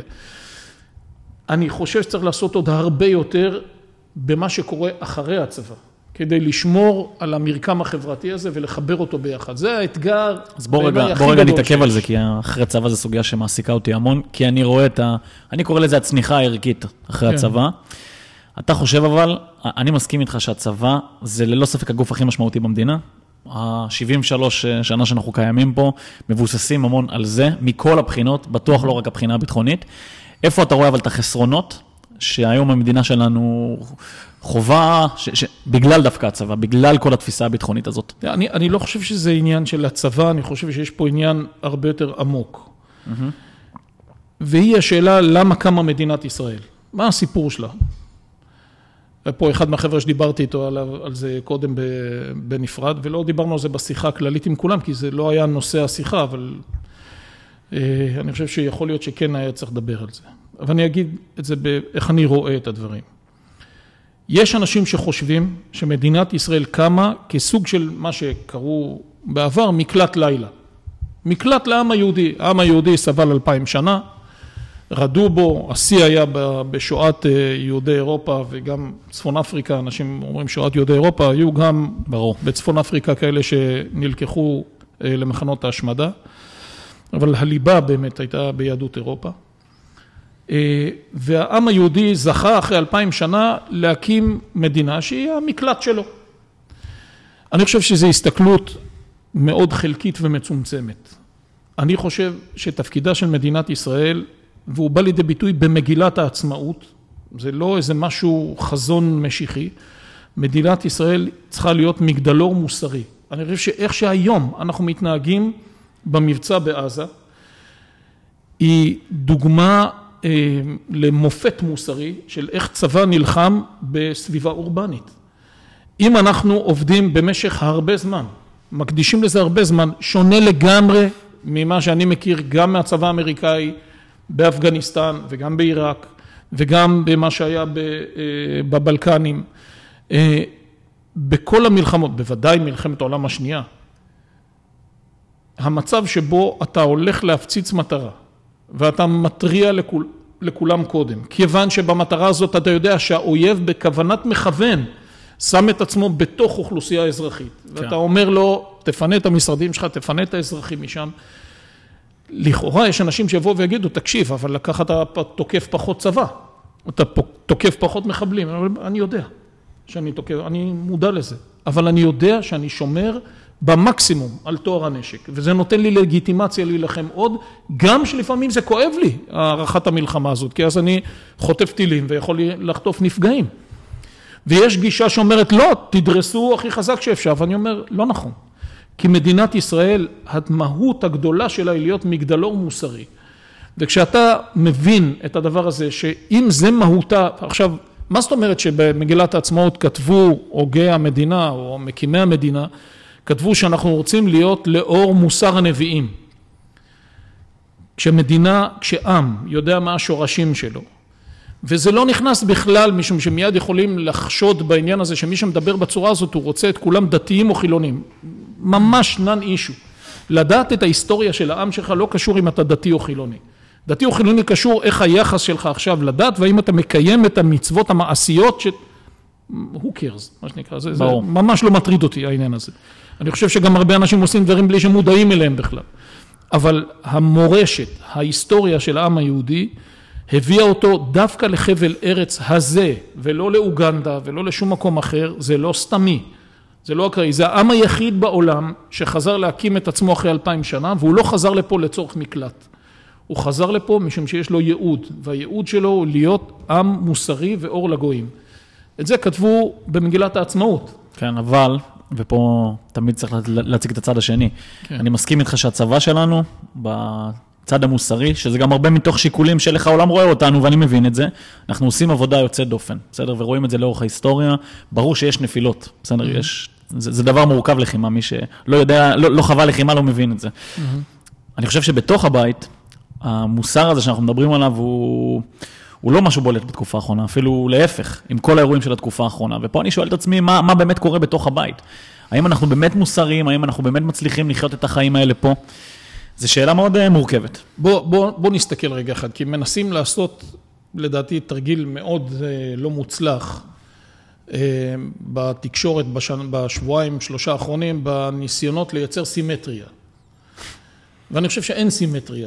אני חושב שצריך לעשות עוד הרבה יותר במה שקורה אחרי הצבא, כדי לשמור על המרקם החברתי הזה ולחבר אותו ביחד. זה האתגר. אז בוא רגע נתעכב על זה, כי אחרי הצבא זו סוגיה שמעסיקה אותי המון, כי אני רואה אני קורא לזה הצניחה הערכית אחרי הצבא. אתה חושב אבל, אני מסכים איתך שהצבא זה ללא ספק הגוף הכי משמעותי במדינה. ה-73 שנה שאנחנו קיימים פה, מבוססים המון על זה, מכל הבחינות, בטוח לא רק הבחינה הביטחונית. איפה אתה רואה אבל את החסרונות, שהיום המדינה שלנו חובה, בגלל דווקא הצבא, בגלל כל התפיסה הביטחונית הזאת? אני לא חושב שזה עניין של הצבא, אני חושב שיש פה עניין הרבה יותר עמוק. והיא השאלה, למה קמה מדינת ישראל? מה הסיפור שלה? ופה אחד מהחבר'ה שדיברתי איתו על זה קודם בנפרד, ולא דיברנו על זה בשיחה הכללית עם כולם, כי זה לא היה נושא השיחה, אבל אני חושב שיכול להיות שכן היה צריך לדבר על זה. אבל אני אגיד את זה איך אני רואה את הדברים. יש אנשים שחושבים שמדינת ישראל קמה כסוג של מה שקראו בעבר מקלט לילה. מקלט לעם היהודי. העם היהודי סבל 2000 שנה, רדו בו, השיא היה בשואת יהודי אירופה וגם צפון אפריקה, אנשים אומרים שואת יהודי אירופה, היו גם בצפון אפריקה כאלה שנלקחו למחנות ההשמדה, אבל הליבה באמת הייתה ביהדות אירופה. והעם היהודי זכה אחרי 2000 שנה להקים מדינה שהיא המקלט שלו. אני חושב שזו הסתכלות מאוד חלקית ומצומצמת. אני חושב שתפקידה של מדינת ישראל, והוא בא לידי ביטוי במגילת העצמאות, זה לא איזה משהו חזון משיחי, מדינת ישראל צריכה להיות מגדלור מוסרי. אני חושב שאיך שהיום אנחנו מתנהגים במבצע בעזה, היא דוגמה למופת מוסרי של איך צבא נלחם בסביבה אורבנית. אם אנחנו עובדים במשך הרבה זמן, מקדישים לזה הרבה זמן, שונה לגמרי ממה שאני מכיר גם מהצבא האמריקאי באפגניסטן וגם בעיראק וגם במה שהיה בבלקנים, בכל המלחמות, בוודאי מלחמת העולם השנייה, המצב שבו אתה הולך להפציץ מטרה ואתה מטריע לכולם קודם, כיוון שבמטרה הזאת אתה יודע שהאויב בכוונת מכוון שם את עצמו בתוך אוכלוסייה אזרחית, ואתה אומר לו, תפנה את המשרדים שלך, תפנה את האזרחים משם. לכאורה יש אנשים שיבואו ויגידו, תקשיב, אבל לקחת אתה תוקף פחות צבא, אתה תוקף פחות מחבלים. אני יודע שאני תוקף, אני מודע לזה, אבל אני יודע שאני שומר במקסימום על תואר הנשק, וזה נותן לי לגיטימציה להילחם עוד, גם שלפעמים זה כואב לי, הערכת המלחמה הזאת, כי אז אני חוטף טילים ויכול לחטוף נפגעים. ויש גישה שאומרת, לא, תדרסו הכי חזק שאפשר, ואני אומר, לא נכון. כי מדינת ישראל, המהות הגדולה שלה היא להיות מגדלור מוסרי. וכשאתה מבין את הדבר הזה, שאם זה מהותה, עכשיו, מה זאת אומרת שבמגילת העצמאות כתבו הוגי המדינה, או מקימי המדינה, כתבו שאנחנו רוצים להיות לאור מוסר הנביאים. כשעם יודע מה השורשים שלו, וזה לא נכנס בכלל, משום שמיד יכולים לחשוד בעניין הזה, שמי שמדבר בצורה הזאת, הוא רוצה את כולם דתיים או חילונים. ממש נן אישו. לדעת את ההיסטוריה של העם שלך לא קשור אם אתה דתי או חילוני. דתי או חילוני קשור איך היחס שלך עכשיו לדת, והאם אתה מקיים את המצוות המעשיות who cares, מה שנקרא. זה ממש לא מטריד אותי העניין הזה. אני חושב שגם הרבה אנשים עושים דברים בלי שמודעים אליהם בכלל. אבל המורשת, ההיסטוריה של העם היהודי, הביאה אותו דווקא לחבל ארץ הזה, ולא לאוגנדה, ולא לשום מקום אחר, זה לא סתמי, זה לא אקראי, זה העם היחיד בעולם שחזר להקים את עצמו אחרי 2000 שנה, והוא לא חזר לפה לצורך מקלט. הוא חזר לפה משום שיש לו ייעוד, והייעוד שלו הוא להיות עם מוסרי ואור לגויים. את זה כתבו במגילת העצמאות. כן, אבל, ופה תמיד צריך להציג את הצד השני. כן. אני מסכים איתך שהצבא שלנו, צד המוסרי, שזה גם הרבה מתוך שיקולים שלך העולם רואה אותנו, ואני מבין את זה, אנחנו עושים עבודה יוצאת דופן, בסדר? ורואים את זה לאורך ההיסטוריה, ברור שיש נפילות, בסדר? זה דבר מורכב לחימה, מי שלא יודע, לא חווה לחימה, לא מבין את זה. אני חושב שבתוך הבית, המוסר הזה שאנחנו מדברים עליו, הוא לא משהו בולט בתקופה האחרונה, אפילו להפך, עם כל האירועים של התקופה האחרונה, ופה אני שואל את עצמי, מה באמת קורה בתוך הבית? האם אנחנו באמת מוסריים, האם אנחנו באמת מצליחים לחיות את החיים האלה פה? זו שאלה מאוד מורכבת. בוא נסתכל רגע אחד, כי מנסים לעשות, לדעתי, תרגיל מאוד לא מוצלח בתקשורת בשבועיים, 3 האחרונים, בניסיונות לייצר סימטריה. ואני חושב שאין סימטריה.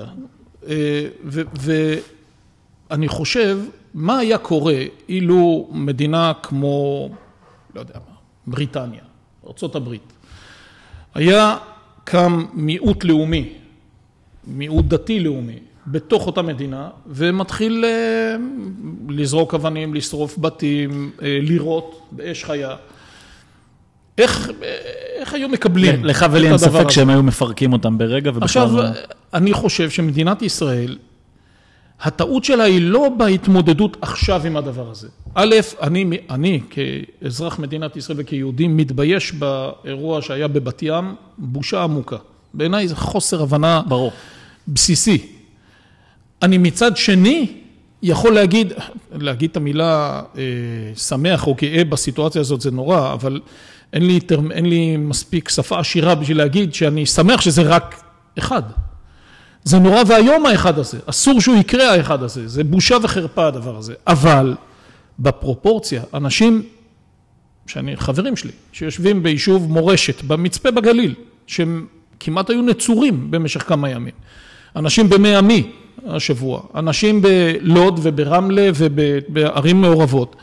ואני חושב, מה היה קורה אילו מדינה כמו, לא יודע מה, בריטניה, ארצות הברית, היה קם מיעוט לאומי, מיעוט דתי לאומי, בתוך אותה מדינה, ומתחיל לזרוק אבנים, לשרוף בתים, לירות באש חיה. איך היו מקבלים? לך ולי אין ספק שהם היו מפרקים אותם ברגע. עכשיו, אני חושב שמדינת ישראל, הטעות שלה היא לא בהתמודדות עכשיו עם הדבר הזה. א', אני כאזרח מדינת ישראל וכיהודי מתבייש באירוע שהיה בבת ים, בושה עמוקה. בעיניי זה חוסר הבנה. ברור. בסיסי. אני מצד שני יכול להגיד את המילה שמח או גאה בסיטואציה הזאת זה נורא, אבל אין לי מספיק שפה עשירה בשביל להגיד שאני שמח שזה רק אחד. זה נורא והיום האחד הזה, אסור שהוא יקרה האחד הזה, זה בושה וחרפה הדבר הזה. אבל בפרופורציה, אנשים חברים שלי, שיושבים ביישוב מורשת, במצפה בגליל, שהם כמעט היו נצורים במשך כמה ימים. אנשים במי עמי השבוע, אנשים בלוד וברמלה ובערים מעורבות.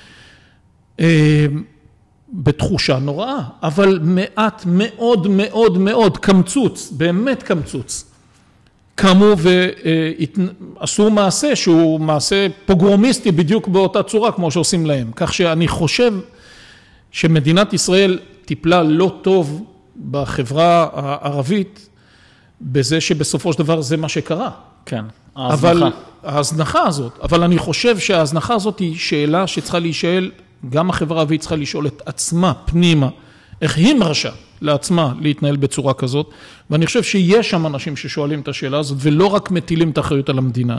בתחושה נוראה, אבל מעט מאוד מאוד מאוד קמצוץ, באמת קמצוץ. קמו ועשו מעשה שהוא מעשה פוגרומיסטי בדיוק באותה צורה כמו שעושים להם. כך שאני חושב שמדינת ישראל טיפלה לא טוב בחברה הערבית בזה שבסופו של דבר זה מה שקרה. כן, ההזנחה הזאת. אבל אני חושב שההזנחה הזאת היא שאלה שצריכה להישאל, גם החברה הערבית צריכה לשאול את עצמה פנימה, איך היא מרשה לעצמה להתנהל בצורה כזאת, ואני חושב שיש שם אנשים ששואלים את השאלה הזאת, ולא רק מטילים את האחריות על המדינה,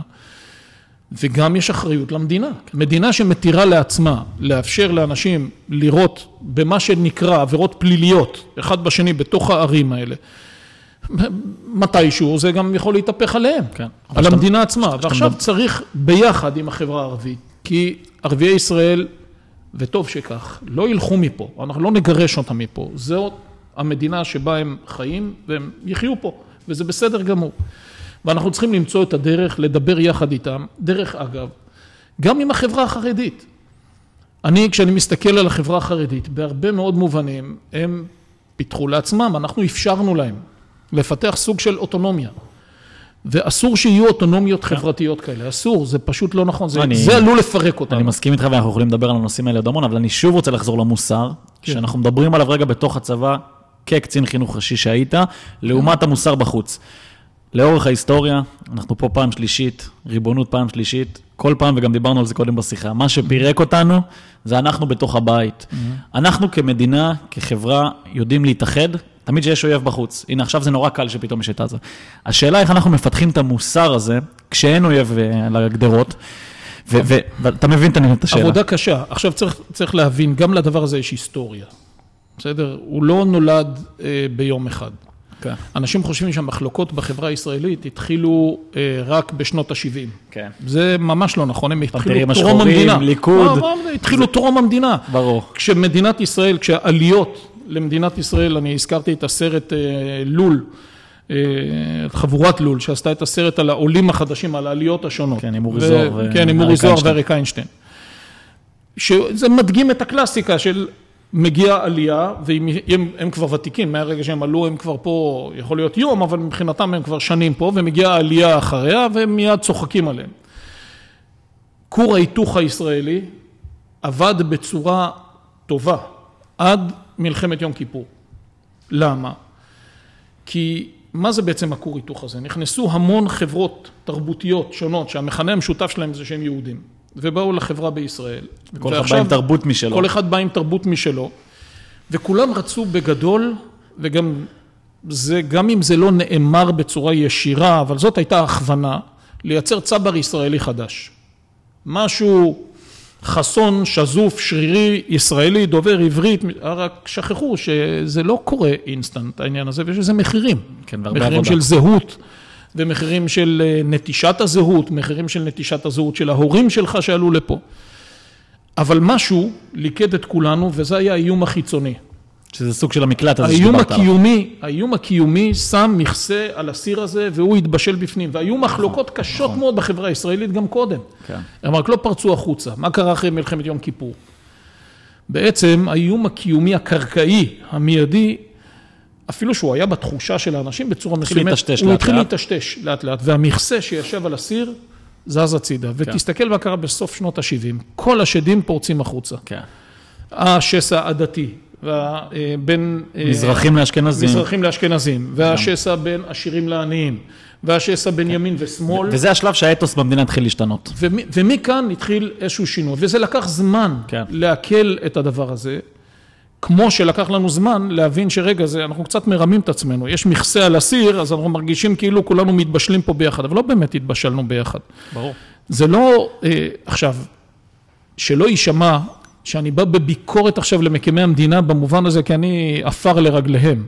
וגם יש אחריות למדינה. מדינה שמתירה לעצמה, לאפשר לאנשים לראות במה שנקרא עבירות פליליות, אחד בשני בתוך הערים האלה, מתישהו זה גם יכול להתהפך עליהם, כן. על המדינה עצמה, ועכשיו צריך ביחד עם החברה הערבית, כי ערביי ישראל, וטוב שכך, לא ילכו מפה, אנחנו לא נגרש אותם מפה, זאת המדינה שבה הם חיים והם יחיו פה, וזה בסדר גמור. ואנחנו צריכים למצוא את הדרך לדבר יחד איתם, דרך אגב, גם עם החברה החרדית. כשאני מסתכל על החברה החרדית, בהרבה מאוד מובנים, הם פיתחו לעצמם, אנחנו אפשרנו להם לפתח סוג של אוטונומיה. ואסור שיהיו אוטונומיות חברתיות כאלה, אסור, זה פשוט לא נכון, זה עלול לפרק אותנו. אני מסכים איתך ואנחנו יכולים לדבר על הנושאים האלה עוד המון, אבל אני שוב רוצה לחזור למוסר, שאנחנו מדברים עליו רגע בתוך הצבא, כקצין חינוך ראשי שהיית, לעומת המוסר בחוץ. לאורך ההיסטוריה, אנחנו פה פעם שלישית, ריבונות פעם שלישית, כל פעם, וגם דיברנו על זה קודם בשיחה, מה שפירק אותנו, זה אנחנו בתוך הבית. אנחנו כמדינה, כחברה, יודעים להתאחד, תמיד שיש אויב בחוץ. הנה, עכשיו זה נורא קל שפתאום יש את עזה. השאלה איך אנחנו מפתחים את המוסר הזה, כשאין אויב על הגדרות, ואתה מבין את השאלה. עבודה קשה. עכשיו צריך להבין, גם לדבר הזה יש היסטוריה. בסדר? הוא לא נולד ביום אחד. כן. אנשים חושבים שהמחלוקות בחברה הישראלית התחילו רק בשנות ה-70. כן. זה ממש לא נכון, הם התחילו טרום המדינה. ליכוד. התחילו טרום המדינה. ברור. כשמדינת ישראל, כשהעליות למדינת ישראל, אני הזכרתי את הסרט לול, חבורת לול, שעשתה את הסרט על העולים החדשים, על העליות השונות. כן, עם אורי זוהר כן, עם אורי זוהר ואריק איינשטיין. שזה מדגים את הקלאסיקה של מגיע עלייה, והם כבר ותיקים, מהרגע שהם עלו, הם כבר פה, יכול להיות יום, אבל מבחינתם הם כבר שנים פה, ומגיעה העלייה אחריה, והם מיד צוחקים עליהם. כור ההיתוך הישראלי עבד בצורה טובה, עד מלחמת יום כיפור. למה? כי מה זה בעצם הכור היתוך הזה? נכנסו המון חברות תרבותיות שונות, שהמכנה המשותף שלהם זה שהם יהודים. ובאו לחברה בישראל. כל אחד בא עם תרבות משלו. כל אחד בא עם תרבות משלו. וכולם רצו בגדול, וגם זה, גם אם זה לא נאמר בצורה ישירה, אבל זאת הייתה הכוונה, לייצר צבר ישראלי חדש. משהו חסון, שזוף, שרירי, ישראלי, דובר עברית, רק שכחו שזה לא קורה אינסטנט העניין הזה, ויש איזה מחירים. כן, מחירים של זהות. ומחירים של נטישת הזהות, מחירים של נטישת הזהות של ההורים שלך שעלו לפה. אבל משהו ליקד את כולנו, וזה היה האיום החיצוני. שזה סוג של המקלט הזה שדיברת עליו. האיום הקיומי שם מכסה על הסיר הזה, והוא התבשל בפנים. והיו מחלוקות קשות מאוד בחברה הישראלית גם קודם. הם רק לא פרצו החוצה. מה קרה אחרי מלחמת יום כיפור? בעצם האיום הקיומי הקרקעי, המיידי, אפילו שהוא היה בתחושה של האנשים בצורה מסוימת, הוא התחיל להתשתש לאט לאט, והמכסה שישב על הסיר זז הצידה, ותסתכל מה קרה בסוף שנות ה-70, כל השדים פורצים החוצה. השסע הדתי, בין מזרחים לאשכנזים, והשסע בין עשירים לעניים, והשסע בין ימין ושמאל. וזה השלב שהאתוס במדינה התחיל להשתנות. ומכאן התחיל איזשהו שינוי, וזה לקח זמן להקל את הדבר הזה, כמו שלקח לנו זמן להבין שרגע זה, אנחנו קצת מרמים את עצמנו, יש מכסה על הסיר, אז אנחנו מרגישים כאילו כולנו מתבשלים פה ביחד, אבל לא באמת התבשלנו ביחד. ברור. זה לא, עכשיו, שלא יישמע שאני בא בביקורת עכשיו למקימי המדינה במובן הזה, כי אני אפר לרגליהם.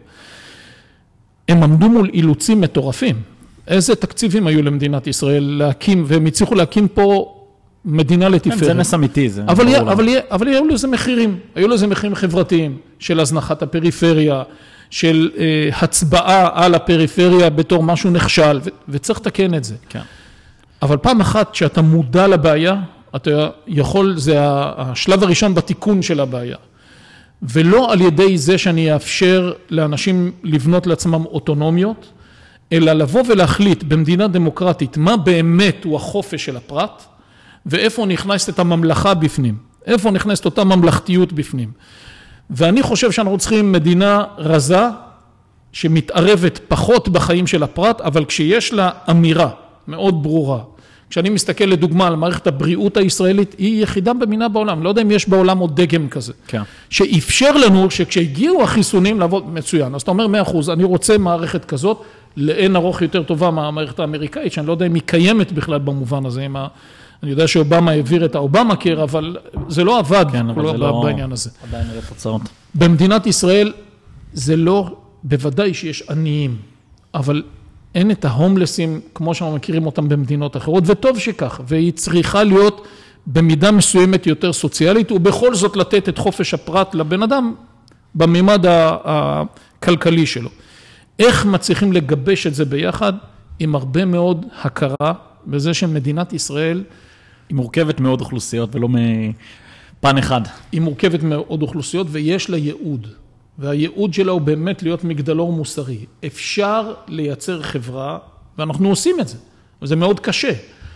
הם עמדו מול אילוצים מטורפים. איזה תקציבים היו למדינת ישראל להקים, והם הצליחו להקים פה מדינה לתפארת. זה נס אמיתי. אבל היו לזה מחירים. היו לזה מחירים חברתיים, של הזנחת הפריפריה, של הצבעה על הפריפריה בתור משהו נכשל, וצריך לתקן את זה. כן. אבל פעם אחת שאתה מודע לבעיה, אתה יכול, זה השלב הראשון בתיקון של הבעיה. ולא על ידי זה שאני אאפשר לאנשים לבנות לעצמם אוטונומיות, אלא לבוא ולהחליט במדינה דמוקרטית מה באמת הוא החופש של הפרט, ואיפה נכנסת את הממלכה בפנים, איפה נכנסת אותה ממלכתיות בפנים. ואני חושב שאנחנו צריכים מדינה רזה, שמתערבת פחות בחיים של הפרט, אבל כשיש לה אמירה מאוד ברורה. כשאני מסתכל לדוגמה על מערכת הבריאות הישראלית, היא יחידה במינה בעולם. לא יודע אם יש בעולם עוד דגם כזה. כן. שאפשר לנו שכשהגיעו החיסונים לעבוד מצוין. אז אתה אומר 100%, אני רוצה מערכת כזאת, לאין ארוך יותר טובה מהמערכת האמריקאית, שאני לא יודע אם היא קיימת בכלל במובן הזה. אני יודע שאובמה העביר את האובמה קר, אבל זה לא עבד. כן, אבל זה לא... בעניין הזה. עדיין נראה תוצאות. במדינת ישראל זה לא, בוודאי שיש עניים, אבל אין את ההומלסים כמו שאנחנו מכירים אותם במדינות אחרות, וטוב שכך, והיא צריכה להיות במידה מסוימת יותר סוציאלית, ובכל זאת לתת את חופש הפרט לבן אדם בממד הכלכלי שלו. איך מצליחים לגבש את זה ביחד? עם הרבה מאוד הכרה בזה שמדינת ישראל היא מורכבת מאוד אוכלוסיות ולא מפן אחד. היא מורכבת מאוד אוכלוסיות ויש לה ייעוד. והייעוד שלה הוא באמת להיות מגדלור מוסרי. אפשר לייצר חברה, ואנחנו עושים את זה, וזה מאוד קשה,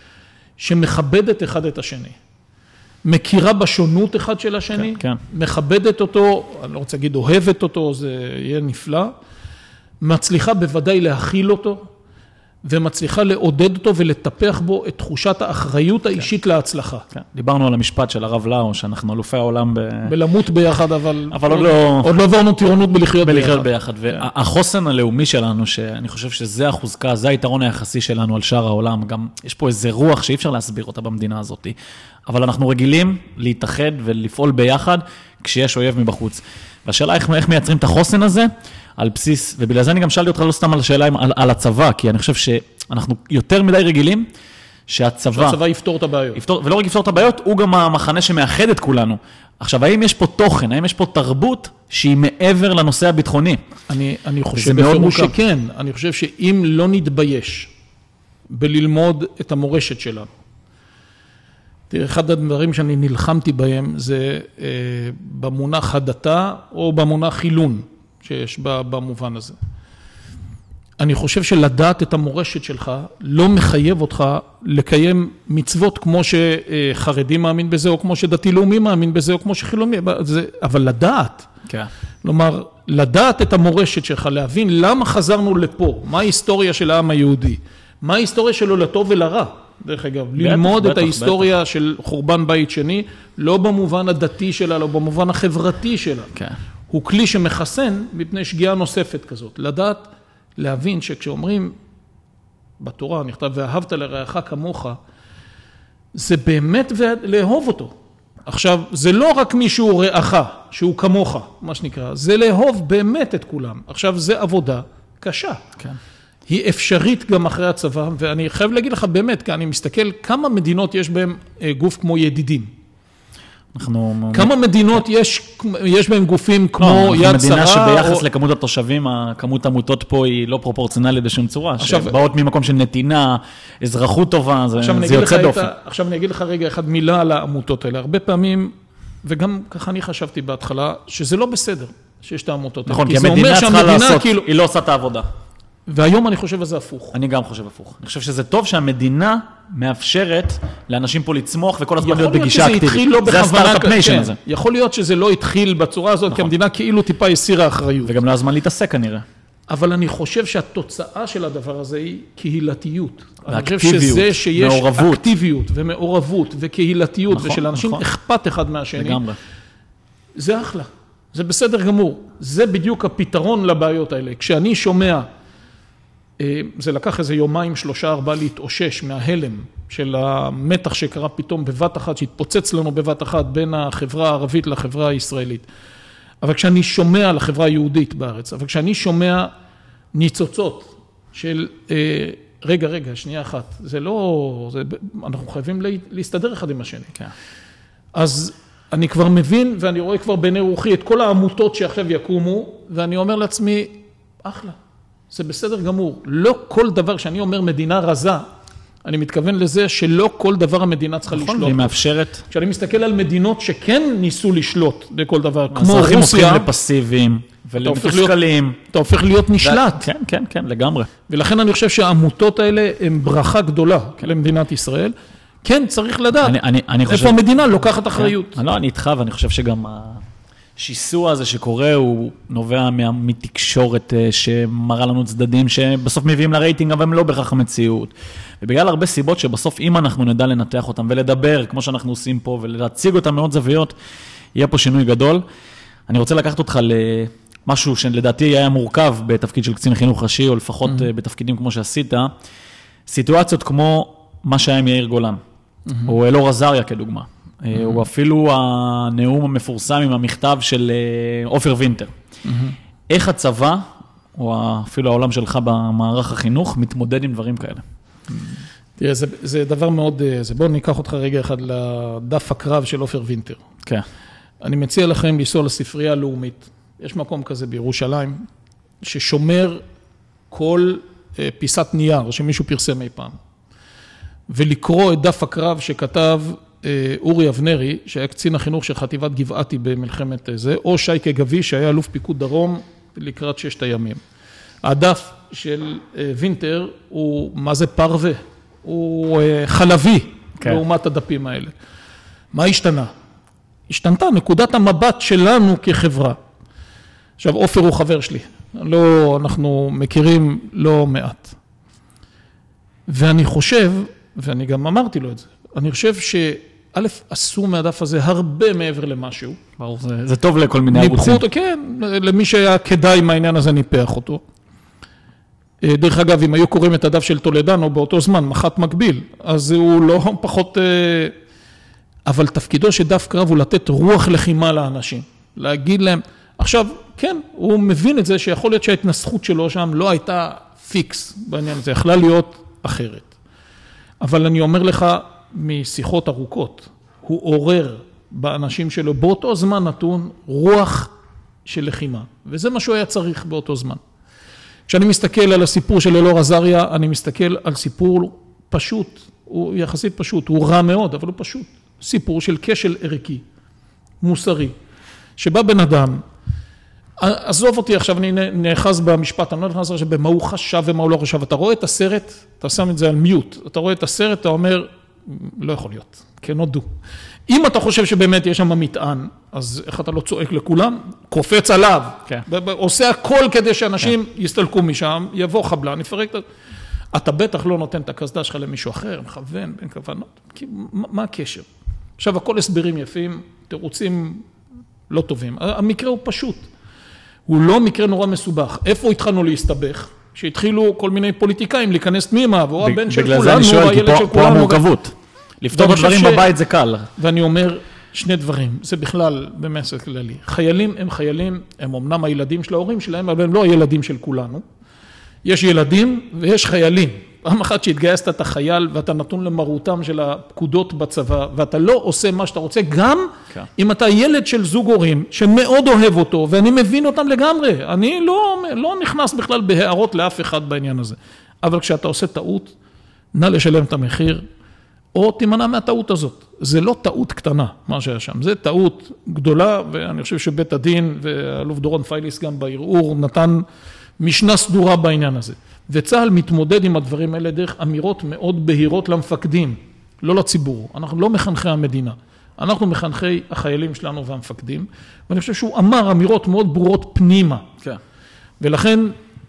שמכבדת אחד את השני. מכירה בשונות אחד של השני, כן. מכבדת אותו, אני לא רוצה להגיד אוהבת אותו, זה יהיה נפלא, מצליחה בוודאי להכיל אותו, ומצליחה לעודד אותו ולטפח בו את תחושת האחריות האישית להצלחה. דיברנו על המשפט של הרב לאו, שאנחנו אלופי העולם בלמות ביחד, אבל עוד לא עברנו טירונות בלחיות ביחד. והחוסן הלאומי שלנו, שאני חושב שזה החוזקה, זה היתרון היחסי שלנו על שאר העולם, גם יש פה איזה רוח שאי אפשר להסביר אותה במדינה הזאת, אבל אנחנו רגילים להתאחד ולפעול ביחד כשיש אויב מבחוץ. והשאלה איך מייצרים את החוסן הזה, על בסיס, ובגלל זה אני גם שאלתי אותך לא סתם על השאלה על הצבא, כי אני חושב שאנחנו יותר מדי רגילים שהצבא יפתור את הבעיות. ולא רק יפתור את הבעיות, הוא גם המחנה שמאחד את כולנו. עכשיו, האם יש פה תוכן, האם יש פה תרבות שהיא מעבר לנושא הביטחוני? אני חושב בפירוש שכן. אני חושב שאם לא נתבייש בללמוד את המורשת שלנו, תראה, אחד הדברים שאני נלחמתי בהם זה במונח הדתה או במונח חילון שיש במובן הזה. אני חושב שלדעת את המורשת שלך לא מחייב אותך לקיים מצוות כמו שחרדי מאמין בזה, או כמו שדתי לאומי מאמין בזה, או כמו שחילוני, אבל לדעת. כן. כלומר, לדעת את המורשת שלך, להבין למה חזרנו לפה, מה ההיסטוריה של העם היהודי, מה ההיסטוריה שלו לטוב ולרע. דרך אגב, ללמוד את ההיסטוריה של חורבן בית שני, לא במובן הדתי שלה, לא במובן החברתי שלה. כן. הוא כלי שמחסן מפני שגיאה נוספת כזאת. לדעת, להבין שכשאומרים בתורה נכתב ואהבת לרעך כמוך, זה באמת לאהוב אותו. עכשיו, זה לא רק מישהו רעך, שהוא כמוך, מה שנקרא, זה לאהוב באמת את כולם. עכשיו, זה עבודה קשה. כן. היא אפשרית גם אחרי הצבא, ואני חייב להגיד לך באמת, כי אני מסתכל כמה מדינות יש בהם גוף כמו ידידים. כמה מדינות יש בהם גופים כמו יד שרה? מדינה שביחס לכמות התושבים, כמות העמותות פה היא לא פרופורציונלית בשום צורה, שבאות ממקום של נתינה, אזרחות טובה, זה יוצא דופן. עכשיו אני אגיד לך רגע אחד מילה על העמותות האלה. הרבה פעמים, וגם ככה אני חשבתי בהתחלה, שזה לא בסדר שיש את העמותות האלה. נכון, כי המדינה צריכה לעשות, היא לא עושה את העבודה. והיום אני חושב שזה הפוך. אני גם חושב הפוך. אני חושב שזה טוב שהמדינה מאפשרת לאנשים פה לצמוח וכל הזמן להיות בגישה אקטיבית. זה הסטארט-אפ ניישן הזה. יכול להיות שזה לא התחיל בצורה הזאת, כי המדינה כאילו טיפה הסירה אחריות. וגם לא הזמן להתעסק כנראה. אבל אני חושב שהתוצאה של הדבר הזה היא קהילתיות. ואקטיביות, מעורבות. אקטיביות ומעורבות וקהילתיות, ושלאנשים אכפת אחד מהשני. לגמרי. זה אחלה. זה בסדר גמור. זה בדיוק הפתרון לבעיות האלה. כשאני שומע, זה לקח איזה יומיים, 3-4 להתאושש מההלם של המתח שקרה פתאום בבת אחת, שהתפוצץ לנו בבת אחת בין החברה הערבית לחברה הישראלית. אבל כשאני שומע לחברה היהודית בארץ, אבל כשאני שומע ניצוצות של, רגע, שנייה אחת, זה לא, אנחנו חייבים להסתדר אחד עם השני. כן. אז אני כבר מבין, ואני רואה כבר בעיני רוחי את כל העמותות שעכשיו יקומו, ואני אומר לעצמי, אחלה, זה בסדר גמור. לא כל דבר, כשאני אומר מדינה רזה, אני מתכוון לזה שלא כל דבר המדינה צריכה לשלוט. נכון, והיא מאפשרת. כשאני מסתכל על מדינות שכן ניסו לשלוט בכל דבר, כמו רוסיה. האזרחים הופכים לפסיביים ולמתוסכלים. אתה הופך להיות נשלט. כן, לגמרי. ולכן אני חושב שהעמותות האלה הן ברכה גדולה למדינת ישראל. כן, צריך לדעת איפה המדינה לוקחת אחריות. לא, אני איתך, ואני חושב שגם השיסוע הזה שקורה, הוא נובע מתקשורת שמראה לנו צדדים שבסוף מביאים לרייטינג, אבל הם לא בהכרח המציאות. ובגלל הרבה סיבות שבסוף אם אנחנו נדע לנתח אותם ולדבר, כמו שאנחנו עושים פה, ולהציג אותם מאוד זוויות, יהיה פה שינוי גדול. אני רוצה לקחת אותך למשהו שלדעתי היה מורכב בתפקיד של קצין חינוך ראשי, או לפחות בתפקידים כמו שעשית, סיטואציות כמו מה שהיה עם יאיר גולן, או אלאור עזריה כדוגמה. הוא אפילו הנאום המפורסם עם המכתב של עופר וינטר. איך הצבא, או אפילו העולם שלך במערך החינוך, מתמודד עם דברים כאלה? תראה, זה דבר מאוד, בואו ניקח אותך רגע אחד לדף הקרב של עופר וינטר. כן. אני מציע לכם לנסוע לספרייה הלאומית. יש מקום כזה בירושלים, ששומר כל פיסת נייר שמישהו פרסם אי פעם. ולקרוא את דף הקרב שכתב אורי אבנרי, שהיה קצין החינוך של חטיבת גבעתי במלחמת זה, או שייקה גבי, שהיה אלוף פיקוד דרום לקראת 6 הימים. הדף של וינטר הוא, מה זה פרווה? הוא חלבי, כן. לעומת הדפים האלה. מה השתנה? השתנתה נקודת המבט שלנו כחברה. עכשיו, עופר הוא חבר שלי. לא, אנחנו מכירים לא מעט. ואני חושב, ואני גם אמרתי לו את זה, אני חושב שא' עשו מהדף הזה הרבה מעבר למשהו. ברור, זה טוב לכל מיני ערוצים. ניפחו אותו, כן, למי שהיה כדאי מהעניין הזה ניפח אותו. דרך אגב, אם היו קוראים את הדף של טולדנו באותו זמן, מח"ט מקביל, אז הוא לא פחות, אבל תפקידו שדף קרב הוא לתת רוח לחימה לאנשים. להגיד להם, עכשיו, כן, הוא מבין את זה שיכול להיות שההתנסחות שלו שם לא הייתה פיקס בעניין הזה, יכלה להיות אחרת. אבל אני אומר לך, משיחות ארוכות, הוא עורר באנשים שלו באותו זמן נתון רוח של לחימה, וזה מה שהוא היה צריך באותו זמן. כשאני מסתכל על הסיפור של אלאור עזריה, אני מסתכל על סיפור פשוט, הוא יחסית פשוט, הוא רע מאוד, אבל הוא פשוט. סיפור של כשל ערכי, מוסרי, שבא בן אדם, עזוב אותי עכשיו, אני נאחז במשפט, אני לא נכנס עכשיו במה הוא חשב ומה הוא לא חשב, אתה רואה את הסרט, אתה שם את זה על מיוט, אתה רואה את הסרט, אתה אומר, לא יכול להיות, כן עודו. אם אתה חושב שבאמת יש שם מטען, אז איך אתה לא צועק לכולם? קופץ עליו, כן. עושה הכל כדי שאנשים כן. יסתלקו משם, יבוא חבלן, יפרק, אתה בטח לא נותן את הקסדה שלך למישהו אחר, מכוון, בין כוונות, מה הקשר? עכשיו, הכל הסברים יפים, תירוצים לא טובים, המקרה הוא פשוט, הוא לא מקרה נורא מסובך, איפה התחלנו להסתבך? שהתחילו כל מיני פוליטיקאים להיכנס תמימה, והוא הבן של כולנו, בגלל זה אני שואל, כי פה המורכבות. לפתור דברים בבית זה קל. ואני אומר שני דברים, זה בכלל במסר כללי. חיילים הם חיילים, הם אמנם הילדים של ההורים שלהם, אבל הם לא הילדים של כולנו. יש ילדים ויש חיילים. פעם אחת שהתגייסת את החייל ואתה נתון למרותם של הפקודות בצבא, ואתה לא עושה מה שאתה רוצה, גם אם אתה ילד של זוג הורים שמאוד אוהב אותו, ואני מבין אותם לגמרי, אני לא נכנס בכלל בהערות לאף אחד בעניין הזה. אבל כשאתה עושה טעות, נא לשלם את המחיר, או תימנע מהטעות הזאת. זה לא טעות קטנה, מה שהיה שם. זה טעות גדולה, ואני חושב שבית הדין, ואלוף דורון פייליס גם בערעור, נתן משנה סדורה בעניין הזה. וצה"ל מתמודד עם הדברים האלה דרך אמירות מאוד בהירות למפקדים, לא לציבור. אנחנו לא מחנכי המדינה. אנחנו מחנכי החיילים שלנו והמפקדים, ואני חושב שהוא אמר אמירות מאוד ברורות פנימה. כן. ולכן,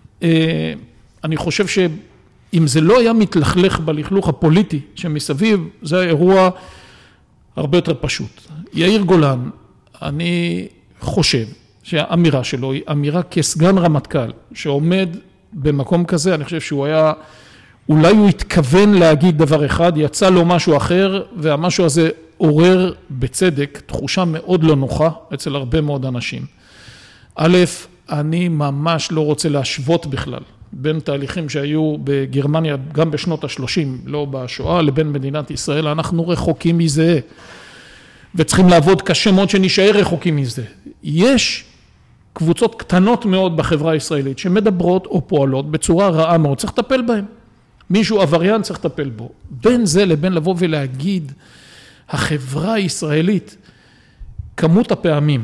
אני חושב שאם זה לא היה מתלכלך בלכלוך הפוליטי שמסביב, זה היה אירוע הרבה יותר פשוט. יאיר גולן, אני חושב שהאמירה שלו היא אמירה כסגן רמטכ"ל, שעומד במקום כזה, אני חושב שהוא היה, אולי הוא התכוון להגיד דבר אחד, יצא לו משהו אחר, והמשהו הזה עורר בצדק תחושה מאוד לא נוחה אצל הרבה מאוד אנשים. א', אני ממש לא רוצה להשוות בכלל בין תהליכים שהיו בגרמניה גם בשנות ה-30, לא בשואה, לבין מדינת ישראל. אנחנו רחוקים מזה, וצריכים לעבוד קשה מאוד שנשאר רחוקים מזה. יש קבוצות קטנות מאוד בחברה הישראלית שמדברות או פועלות בצורה רעה מאוד, צריך לטפל בהן. מישהו עבריין צריך לטפל בו. בין זה לבין לבוא ולהגיד, החברה הישראלית, כמות הפעמים,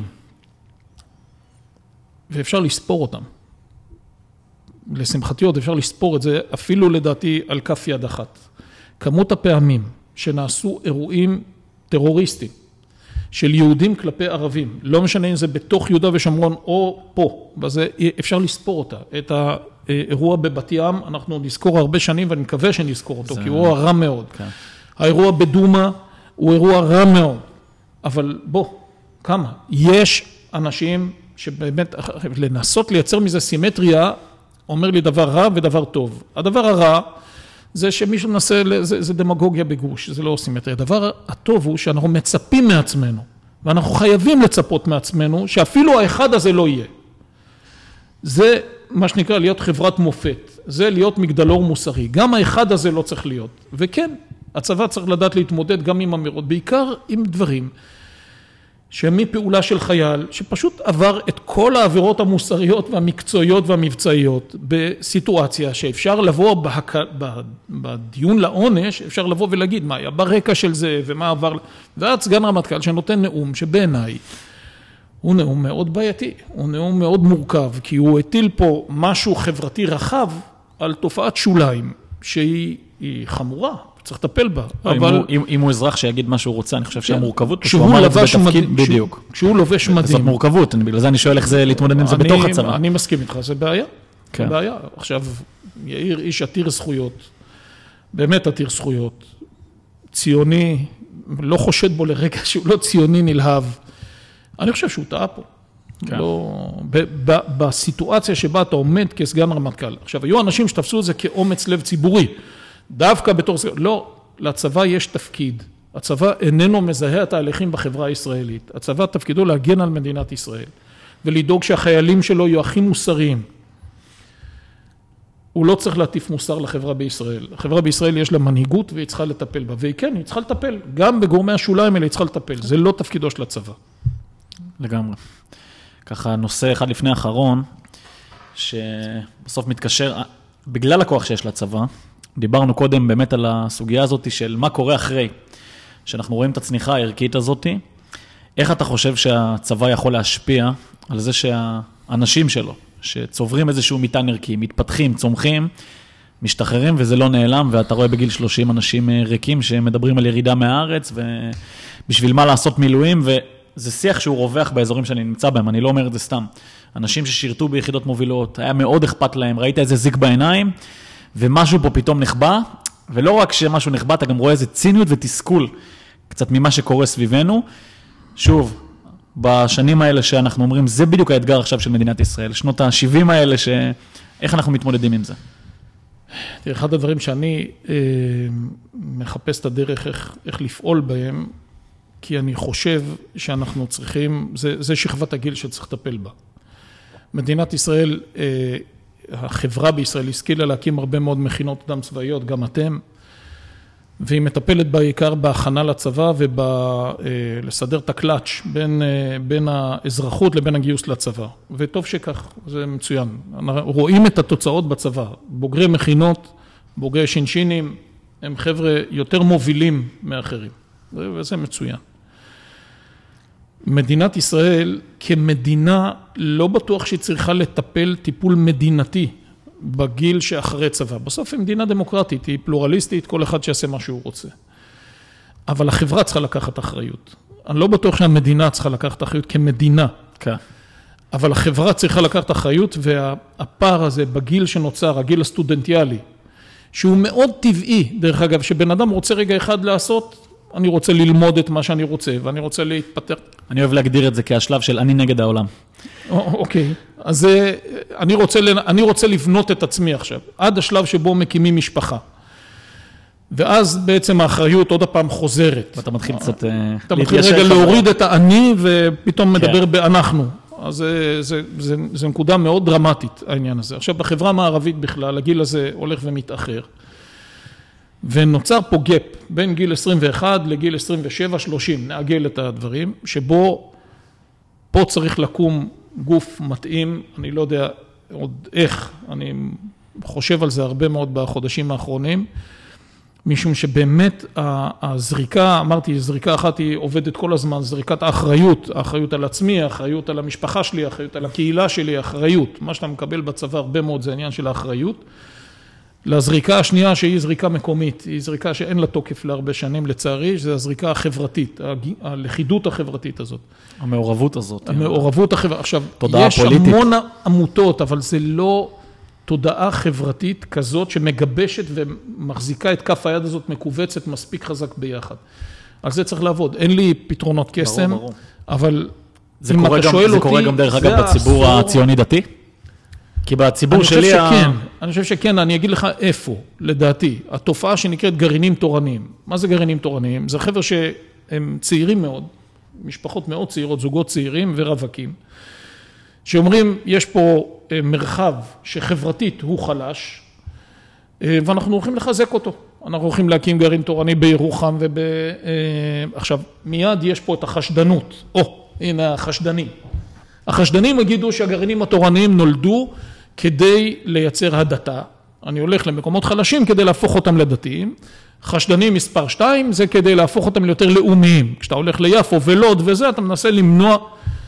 ואפשר לספור אותם. לשמחתי עוד אפשר לספור את זה, אפילו לדעתי על כף יד אחת. כמות הפעמים שנעשו אירועים טרוריסטיים, של יהודים כלפי ערבים, לא משנה אם זה בתוך יהודה ושומרון או פה, בזה אפשר לספור אותה. את האירוע בבת ים, אנחנו נזכור הרבה שנים ואני מקווה שנזכור אותו, כי הוא אירוע רע מאוד. כן. האירוע בדומה הוא אירוע רע מאוד, אבל בוא, כמה? יש אנשים שבאמת לנסות לייצר מזה סימטריה, אומר לי דבר רע ודבר טוב. הדבר הרע זה שמישהו מנסה, זה דמגוגיה בגוש, זה לא סימטריה. הדבר הטוב הוא שאנחנו מצפים מעצמנו, ואנחנו חייבים לצפות מעצמנו, שאפילו האחד הזה לא יהיה. זה מה שנקרא להיות חברת מופת, זה להיות מגדלור מוסרי. גם האחד הזה לא צריך להיות. וכן, הצבא צריך לדעת להתמודד גם עם אמירות, בעיקר עם דברים שמפעולה של חייל, שפשוט עבר את כל העבירות המוסריות והמקצועיות והמבצעיות, בסיטואציה שאפשר לבוא בדיון לעונש, אפשר לבוא ולהגיד מה היה ברקע של זה ומה עבר, ואז סגן רמטכ"ל שנותן נאום שבעיניי הוא נאום מאוד בעייתי, הוא נאום מאוד מורכב, כי הוא הטיל פה משהו חברתי רחב על תופעת שוליים, שהיא חמורה. צריך לטפל בה. אבל אם הוא אזרח שיגיד מה שהוא רוצה, אני חושב שהמורכבות, כשהוא לבש מדים, בדיוק. כשהוא לובש מדים. זאת מורכבות, בגלל זה אני שואל איך זה להתמודד עם זה בתוך הצבא. אני מסכים איתך, זה בעיה. זה בעיה. עכשיו, יאיר איש עתיר זכויות, באמת עתיר זכויות, ציוני, לא חושד בו לרגע שהוא לא ציוני נלהב. אני חושב שהוא טעה פה. בסיטואציה שבה אתה עומד כסגן רמטכ"ל. עכשיו, היו אנשים שתפסו את זה כאומץ לב ציבורי. דווקא בתור סגן, לא, לצבא יש תפקיד. הצבא איננו מזהה התהליכים בחברה הישראלית. הצבא תפקידו להגן על מדינת ישראל, ולדאוג שהחיילים שלו יהיו הכי מוסריים. הוא לא צריך להטיף מוסר לחברה בישראל. החברה בישראל יש לה מנהיגות והיא צריכה לטפל בה. והיא כן, היא צריכה לטפל. גם בגורמי השוליים האלה היא צריכה לטפל. זה לא תפקידו של הצבא. לגמרי. ככה נושא אחד לפני האחרון, שבסוף מתקשר, בגלל הכוח שיש לצבא, דיברנו קודם באמת על הסוגיה הזאת של מה קורה אחרי, שאנחנו רואים את הצניחה הערכית הזאת, איך אתה חושב שהצבא יכול להשפיע על זה שהאנשים שלו, שצוברים איזשהו מטען ערכי, מתפתחים, צומחים, משתחררים וזה לא נעלם, ואתה רואה בגיל 30 אנשים ריקים שמדברים על ירידה מהארץ, ובשביל מה לעשות מילואים, וזה שיח שהוא רווח באזורים שאני נמצא בהם, אני לא אומר את זה סתם. אנשים ששירתו ביחידות מובילות, היה מאוד אכפת להם, ראית איזה זיק בעיניים, ומשהו פה פתאום נחבא, ולא רק שמשהו נחבא, אתה גם רואה איזה ציניות ותסכול, קצת ממה שקורה סביבנו. שוב, בשנים האלה שאנחנו אומרים, זה בדיוק האתגר עכשיו של מדינת ישראל, שנות ה-70 האלה, איך אנחנו מתמודדים עם זה? אחד הדברים שאני מחפש את הדרך איך לפעול בהם, כי אני חושב שאנחנו צריכים, זה שכבת הגיל שצריך לטפל בה. מדינת ישראל, החברה בישראל השכילה להקים הרבה מאוד מכינות קדם צבאיות, גם אתם, והיא מטפלת בעיקר בהכנה לצבא ולסדר את הקלאץ' בין האזרחות לבין הגיוס לצבא. וטוב שכך, זה מצוין. רואים את התוצאות בצבא. בוגרי מכינות, בוגרי שינשינים, הם חבר'ה יותר מובילים מאחרים. וזה מצוין. מדינת ישראל כמדינה לא בטוח שהיא צריכה לטפל טיפול מדינתי בגיל שאחרי צבא. בסוף היא מדינה דמוקרטית, היא פלורליסטית, כל אחד שיעשה מה שהוא רוצה. אבל החברה צריכה לקחת אחריות. אני לא בטוח שהמדינה צריכה לקחת אחריות כמדינה. כן. אבל החברה צריכה לקחת אחריות, והפער הזה בגיל שנוצר, הגיל הסטודנטיאלי, שהוא מאוד טבעי, דרך אגב, שבן אדם רוצה רגע אחד לעשות, אני רוצה ללמוד את מה שאני רוצה, ואני רוצה להתפתח. אני אוהב להגדיר את זה כשלב של אני נגד העולם. אוקיי, אז אני רוצה לבנות את עצמי עכשיו, עד השלב שבו מקימים משפחה. ואז בעצם האחריות עוד הפעם חוזרת. ואתה מתחיל קצת אתה מתחיל רגע להוריד את האני ופתאום מדבר באנחנו. אז זה נקודה מאוד דרמטית העניין הזה. עכשיו בחברה המערבית בכלל, הגיל הזה הולך ומתאחר. ונוצר פה גאפ בין גיל 21 לגיל 27-30, נעגל את הדברים, שבו פה צריך לקום גוף מתאים, אני לא יודע עוד איך, אני חושב על זה הרבה מאוד בחודשים האחרונים, משום שבאמת הזריקה, אמרתי, זריקה אחת היא עובדת כל הזמן, זריקת האחריות, האחריות על עצמי, האחריות על המשפחה שלי, האחריות על הקהילה שלי, האחריות, מה שאתה מקבל בצבא הרבה מאוד זה העניין של האחריות. לזריקה השנייה שהיא זריקה מקומית, היא זריקה שאין לה תוקף להרבה שנים לצערי, זה הזריקה החברתית, הלכידות החברתית הזאת. המעורבות הזאת. המעורבות החברתית. עכשיו, יש פוליטית. המון עמותות, אבל זה לא תודעה חברתית כזאת שמגבשת ומחזיקה את כף היד הזאת מקובצת מספיק חזק ביחד. על זה צריך לעבוד. אין לי פתרונות קסם, ברור. אבל זה קורה גם דרך אגב בציבור הציוני דתי? כי בציבור שלי... אני חושב שכן, אני אגיד לך איפה, לדעתי, התופעה שנקראת גרעינים תורניים. מה זה גרעינים תורניים? זה חבר'ה שהם צעירים מאוד, משפחות מאוד צעירות, זוגות צעירים ורווקים, שאומרים, יש פה מרחב שחברתית הוא חלש, ואנחנו הולכים לחזק אותו. אנחנו הולכים להקים גרעין תורני בירוחם עכשיו, מיד יש פה את החשדנות. הנה החשדנים. החשדנים יגידו שהגרעינים התורניים נולדו כדי לייצר הדתה. אני הולך למקומות חלשים כדי להפוך אותם לדתיים. חשדנים מספר 2 זה כדי להפוך אותם ליותר לאומיים. כשאתה הולך ליפו ולוד וזה, אתה מנסה למנוע.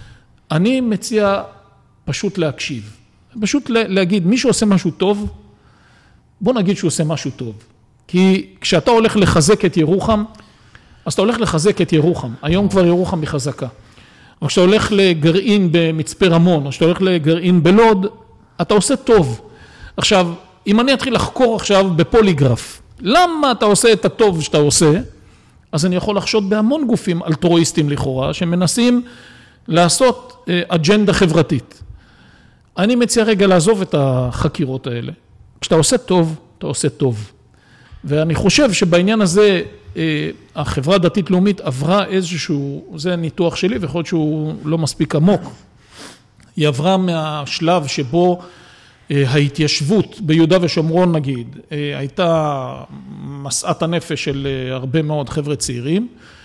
אני מציע פשוט להקשיב. פשוט להגיד, מישהו עושה משהו טוב, בוא נגיד שהוא עושה משהו טוב. כי כשאתה הולך לחזק את ירוחם, אז אתה הולך לחזק את ירוחם. היום כבר ירוחם היא חזקה. אבל כשאתה הולך לגרעין במצפה רמון, או כשאתה הולך לגרעין בלוד, אתה עושה טוב. עכשיו, אם אני אתחיל לחקור עכשיו בפוליגרף, למה אתה עושה את הטוב שאתה עושה, אז אני יכול לחשוד בהמון גופים אלטרואיסטים לכאורה, שמנסים לעשות אג'נדה חברתית. אני מציע רגע לעזוב את החקירות האלה. כשאתה עושה טוב, אתה עושה טוב. ואני חושב שבעניין הזה, החברה הדתית לאומית עברה איזשהו, זה ניתוח שלי, ויכול להיות שהוא לא מספיק עמוק. היא עברה מהשלב שבו ההתיישבות ביהודה ושומרון נגיד, הייתה משאת הנפש של הרבה מאוד חבר'ה צעירים,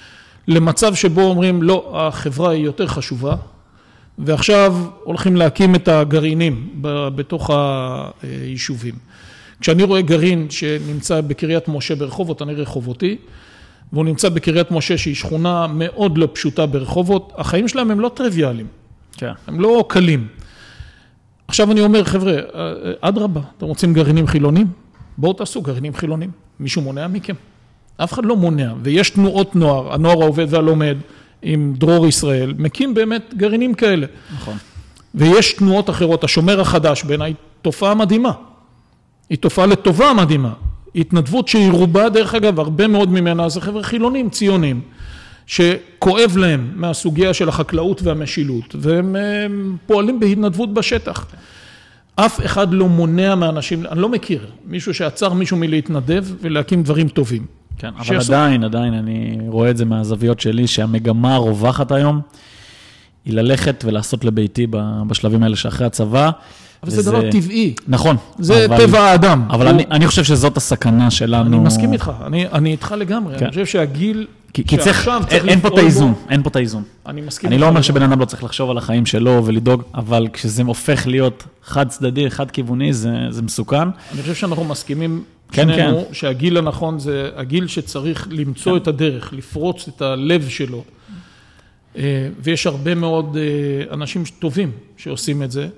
למצב שבו אומרים לא, החברה היא יותר חשובה, ועכשיו הולכים להקים את הגרעינים בתוך היישובים. כשאני רואה גרעין שנמצא בקריית משה ברחובות, אני רחובותי, והוא נמצא בקריית משה שהיא שכונה מאוד לא פשוטה ברחובות, החיים שלהם הם לא טריוויאליים, כן. הם לא קלים. עכשיו אני אומר, חבר'ה, אדרבה, אתם רוצים גרעינים חילונים? בואו תעשו גרעינים חילונים. מישהו מונע מכם? אף אחד לא מונע, ויש תנועות נוער, הנוער העובד והלומד, עם דרור ישראל, מקים באמת גרעינים כאלה. נכון. ויש תנועות אחרות, השומר החדש בעיניי תופעה מדהימה. היא תופעה לטובה מדהימה. התנדבות שהיא רובה, דרך אגב, הרבה מאוד ממנה, זה חבר'ה חילונים, ציונים, שכואב להם מהסוגיה של החקלאות והמשילות, והם פועלים בהתנדבות בשטח. אף אחד לא מונע מאנשים, אני לא מכיר, מישהו שעצר מישהו מלהתנדב ולהקים דברים טובים. כן, אבל עדיין אני רואה את זה מהזוויות שלי, שהמגמה הרווחת היום, היא ללכת ולעשות לביתי בשלבים האלה שאחרי הצבא. אבל זה דבר טבעי. נכון. זה טבע האדם. אבל אני חושב שזאת הסכנה שלנו. אני מסכים איתך, אני איתך לגמרי. אני חושב שהגיל... כי אין פה את האיזון, אין פה את האיזון. אני מסכים. אני לא אומר שבן אדם לא צריך לחשוב על החיים שלו ולדאוג, אבל כשזה הופך להיות חד צדדי, חד כיווני, זה מסוכן. אני חושב שאנחנו מסכימים שנינו, שהגיל הנכון זה הגיל שצריך למצוא את הדרך, לפרוץ את הלב שלו. ויש הרבה מאוד אנשים טובים שעושים את זה,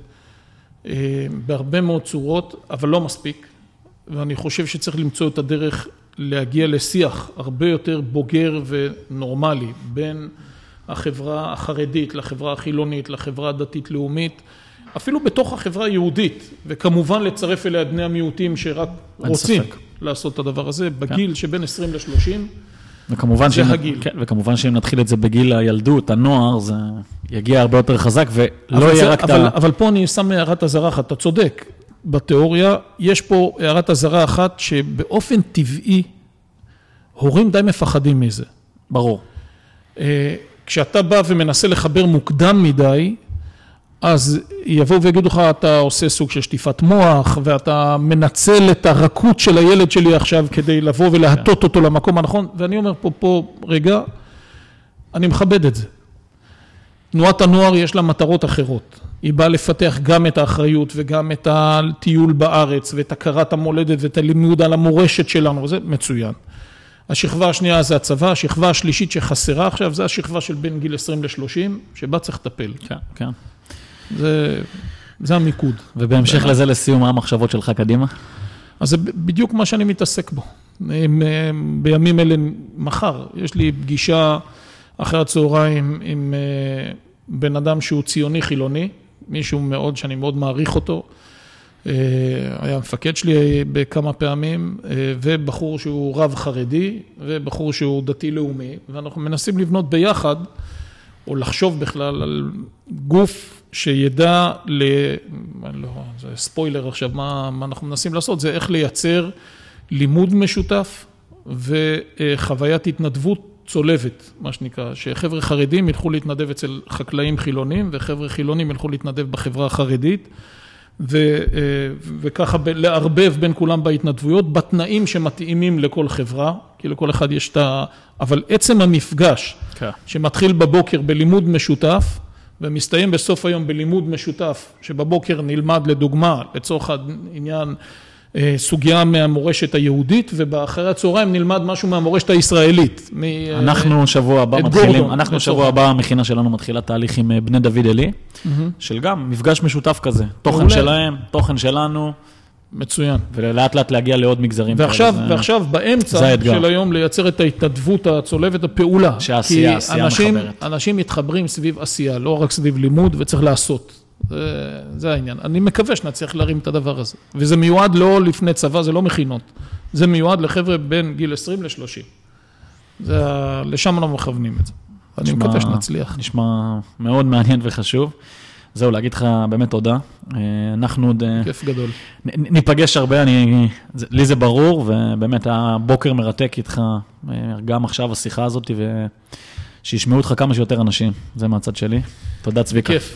בהרבה מאוד צורות, אבל לא מספיק. ואני חושב שצריך למצוא את הדרך להגיע לשיח הרבה יותר בוגר ונורמלי בין החברה החרדית לחברה החילונית, לחברה הדתית-לאומית, אפילו בתוך החברה היהודית, וכמובן לצרף אליה בני המיעוטים שרק רוצים לעשות את הדבר הזה, בגיל שבין 20 ל-30, זה הגיל. וכמובן שאם נתחיל את זה בגיל הילדות, הנוער, יגיע הרבה יותר חזק, ולא יהיה רק אבל פה אני שם הערת הזרה אחת, אתה צודק. בתיאוריה יש פה הערת הזרה אחת, שבאופן טבעי, הורים די מפחדים מזה. ברור. כשאתה בא ומנסה לחבר מוקדם מדי, אז יבואו ויגידו לך, אתה עושה סוג של שטיפת מוח, ואתה מנצל את הרכות של הילד שלי עכשיו, כדי לבוא ולהטות אותו למקום הנכון, ואני אומר פה רגע, אני מכבד את זה. תנועת הנוער יש לה מטרות אחרות. היא באה לפתח גם את האחריות, וגם את הטיול בארץ, ואת הכרת המולדת, ואת הלימוד על המורשת שלנו, וזה מצוין. השכבה השנייה זה הצבא, השכבה השלישית שחסרה עכשיו, זה השכבה של בין גיל 20 ל-30, שבה צריך לטפל. כן, כן. זה המיקוד. ובהמשך לזה, לסיום, מה המחשבות שלך קדימה? אז זה בדיוק מה שאני מתעסק בו. בימים אלה, מחר, יש לי פגישה אחרי הצהריים עם בן אדם שהוא ציוני חילוני, מישהו מאוד, שאני מאוד מעריך אותו, היה מפקד שלי בכמה פעמים, ובחור שהוא רב חרדי, ובחור שהוא דתי לאומי, ואנחנו מנסים לבנות ביחד, או לחשוב בכלל על גוף שידע, זה ספוילר עכשיו, מה אנחנו מנסים לעשות, זה איך לייצר לימוד משותף, וחוויית התנדבות צולבת, מה שנקרא, שחבר'ה חרדים ילכו להתנדב אצל חקלאים חילונים, וחבר'ה חילונים ילכו להתנדב בחברה החרדית, וככה לערבב בין כולם בהתנדבויות, בתנאים שמתאימים לכל חברה, כי לכל אחד יש אבל עצם המפגש, שמתחיל בבוקר בלימוד משותף, ומסתיים בסוף היום בלימוד משותף, שבבוקר נלמד לדוגמה, לצורך העניין, סוגיה מהמורשת היהודית, ובאחרי הצהריים נלמד משהו מהמורשת הישראלית. אנחנו שבוע הבא, המכינה שלנו מתחילה תהליך עם בני דוד אלי, של גם מפגש משותף כזה, תוכן שלהם, תוכן שלנו. מצוין. ולאט לאט להגיע לעוד מגזרים. ועכשיו באמצע של היום לייצר את ההתנדבות הצולבת, הפעולה. שהעשייה מחברת. אנשים מתחברים סביב עשייה, לא רק סביב לימוד, וצריך לעשות. זה העניין. אני מקווה שנצליח להרים את הדבר הזה. וזה מיועד לא לפני צבא, זה לא מכינות. זה מיועד לחבר'ה בין גיל 20 ל-30. לשם אנחנו מכוונים את זה. אני מקווה שנצליח. נשמע מאוד מעניין וחשוב. זהו, להגיד לך באמת תודה. אנחנו עוד... כיף גדול. ניפגש הרבה, לי זה ברור, ובאמת הבוקר מרתק איתך, גם עכשיו השיחה הזאת, ושישמעו אותך כמה שיותר אנשים. זה מהצד שלי. תודה צביקה. כיף.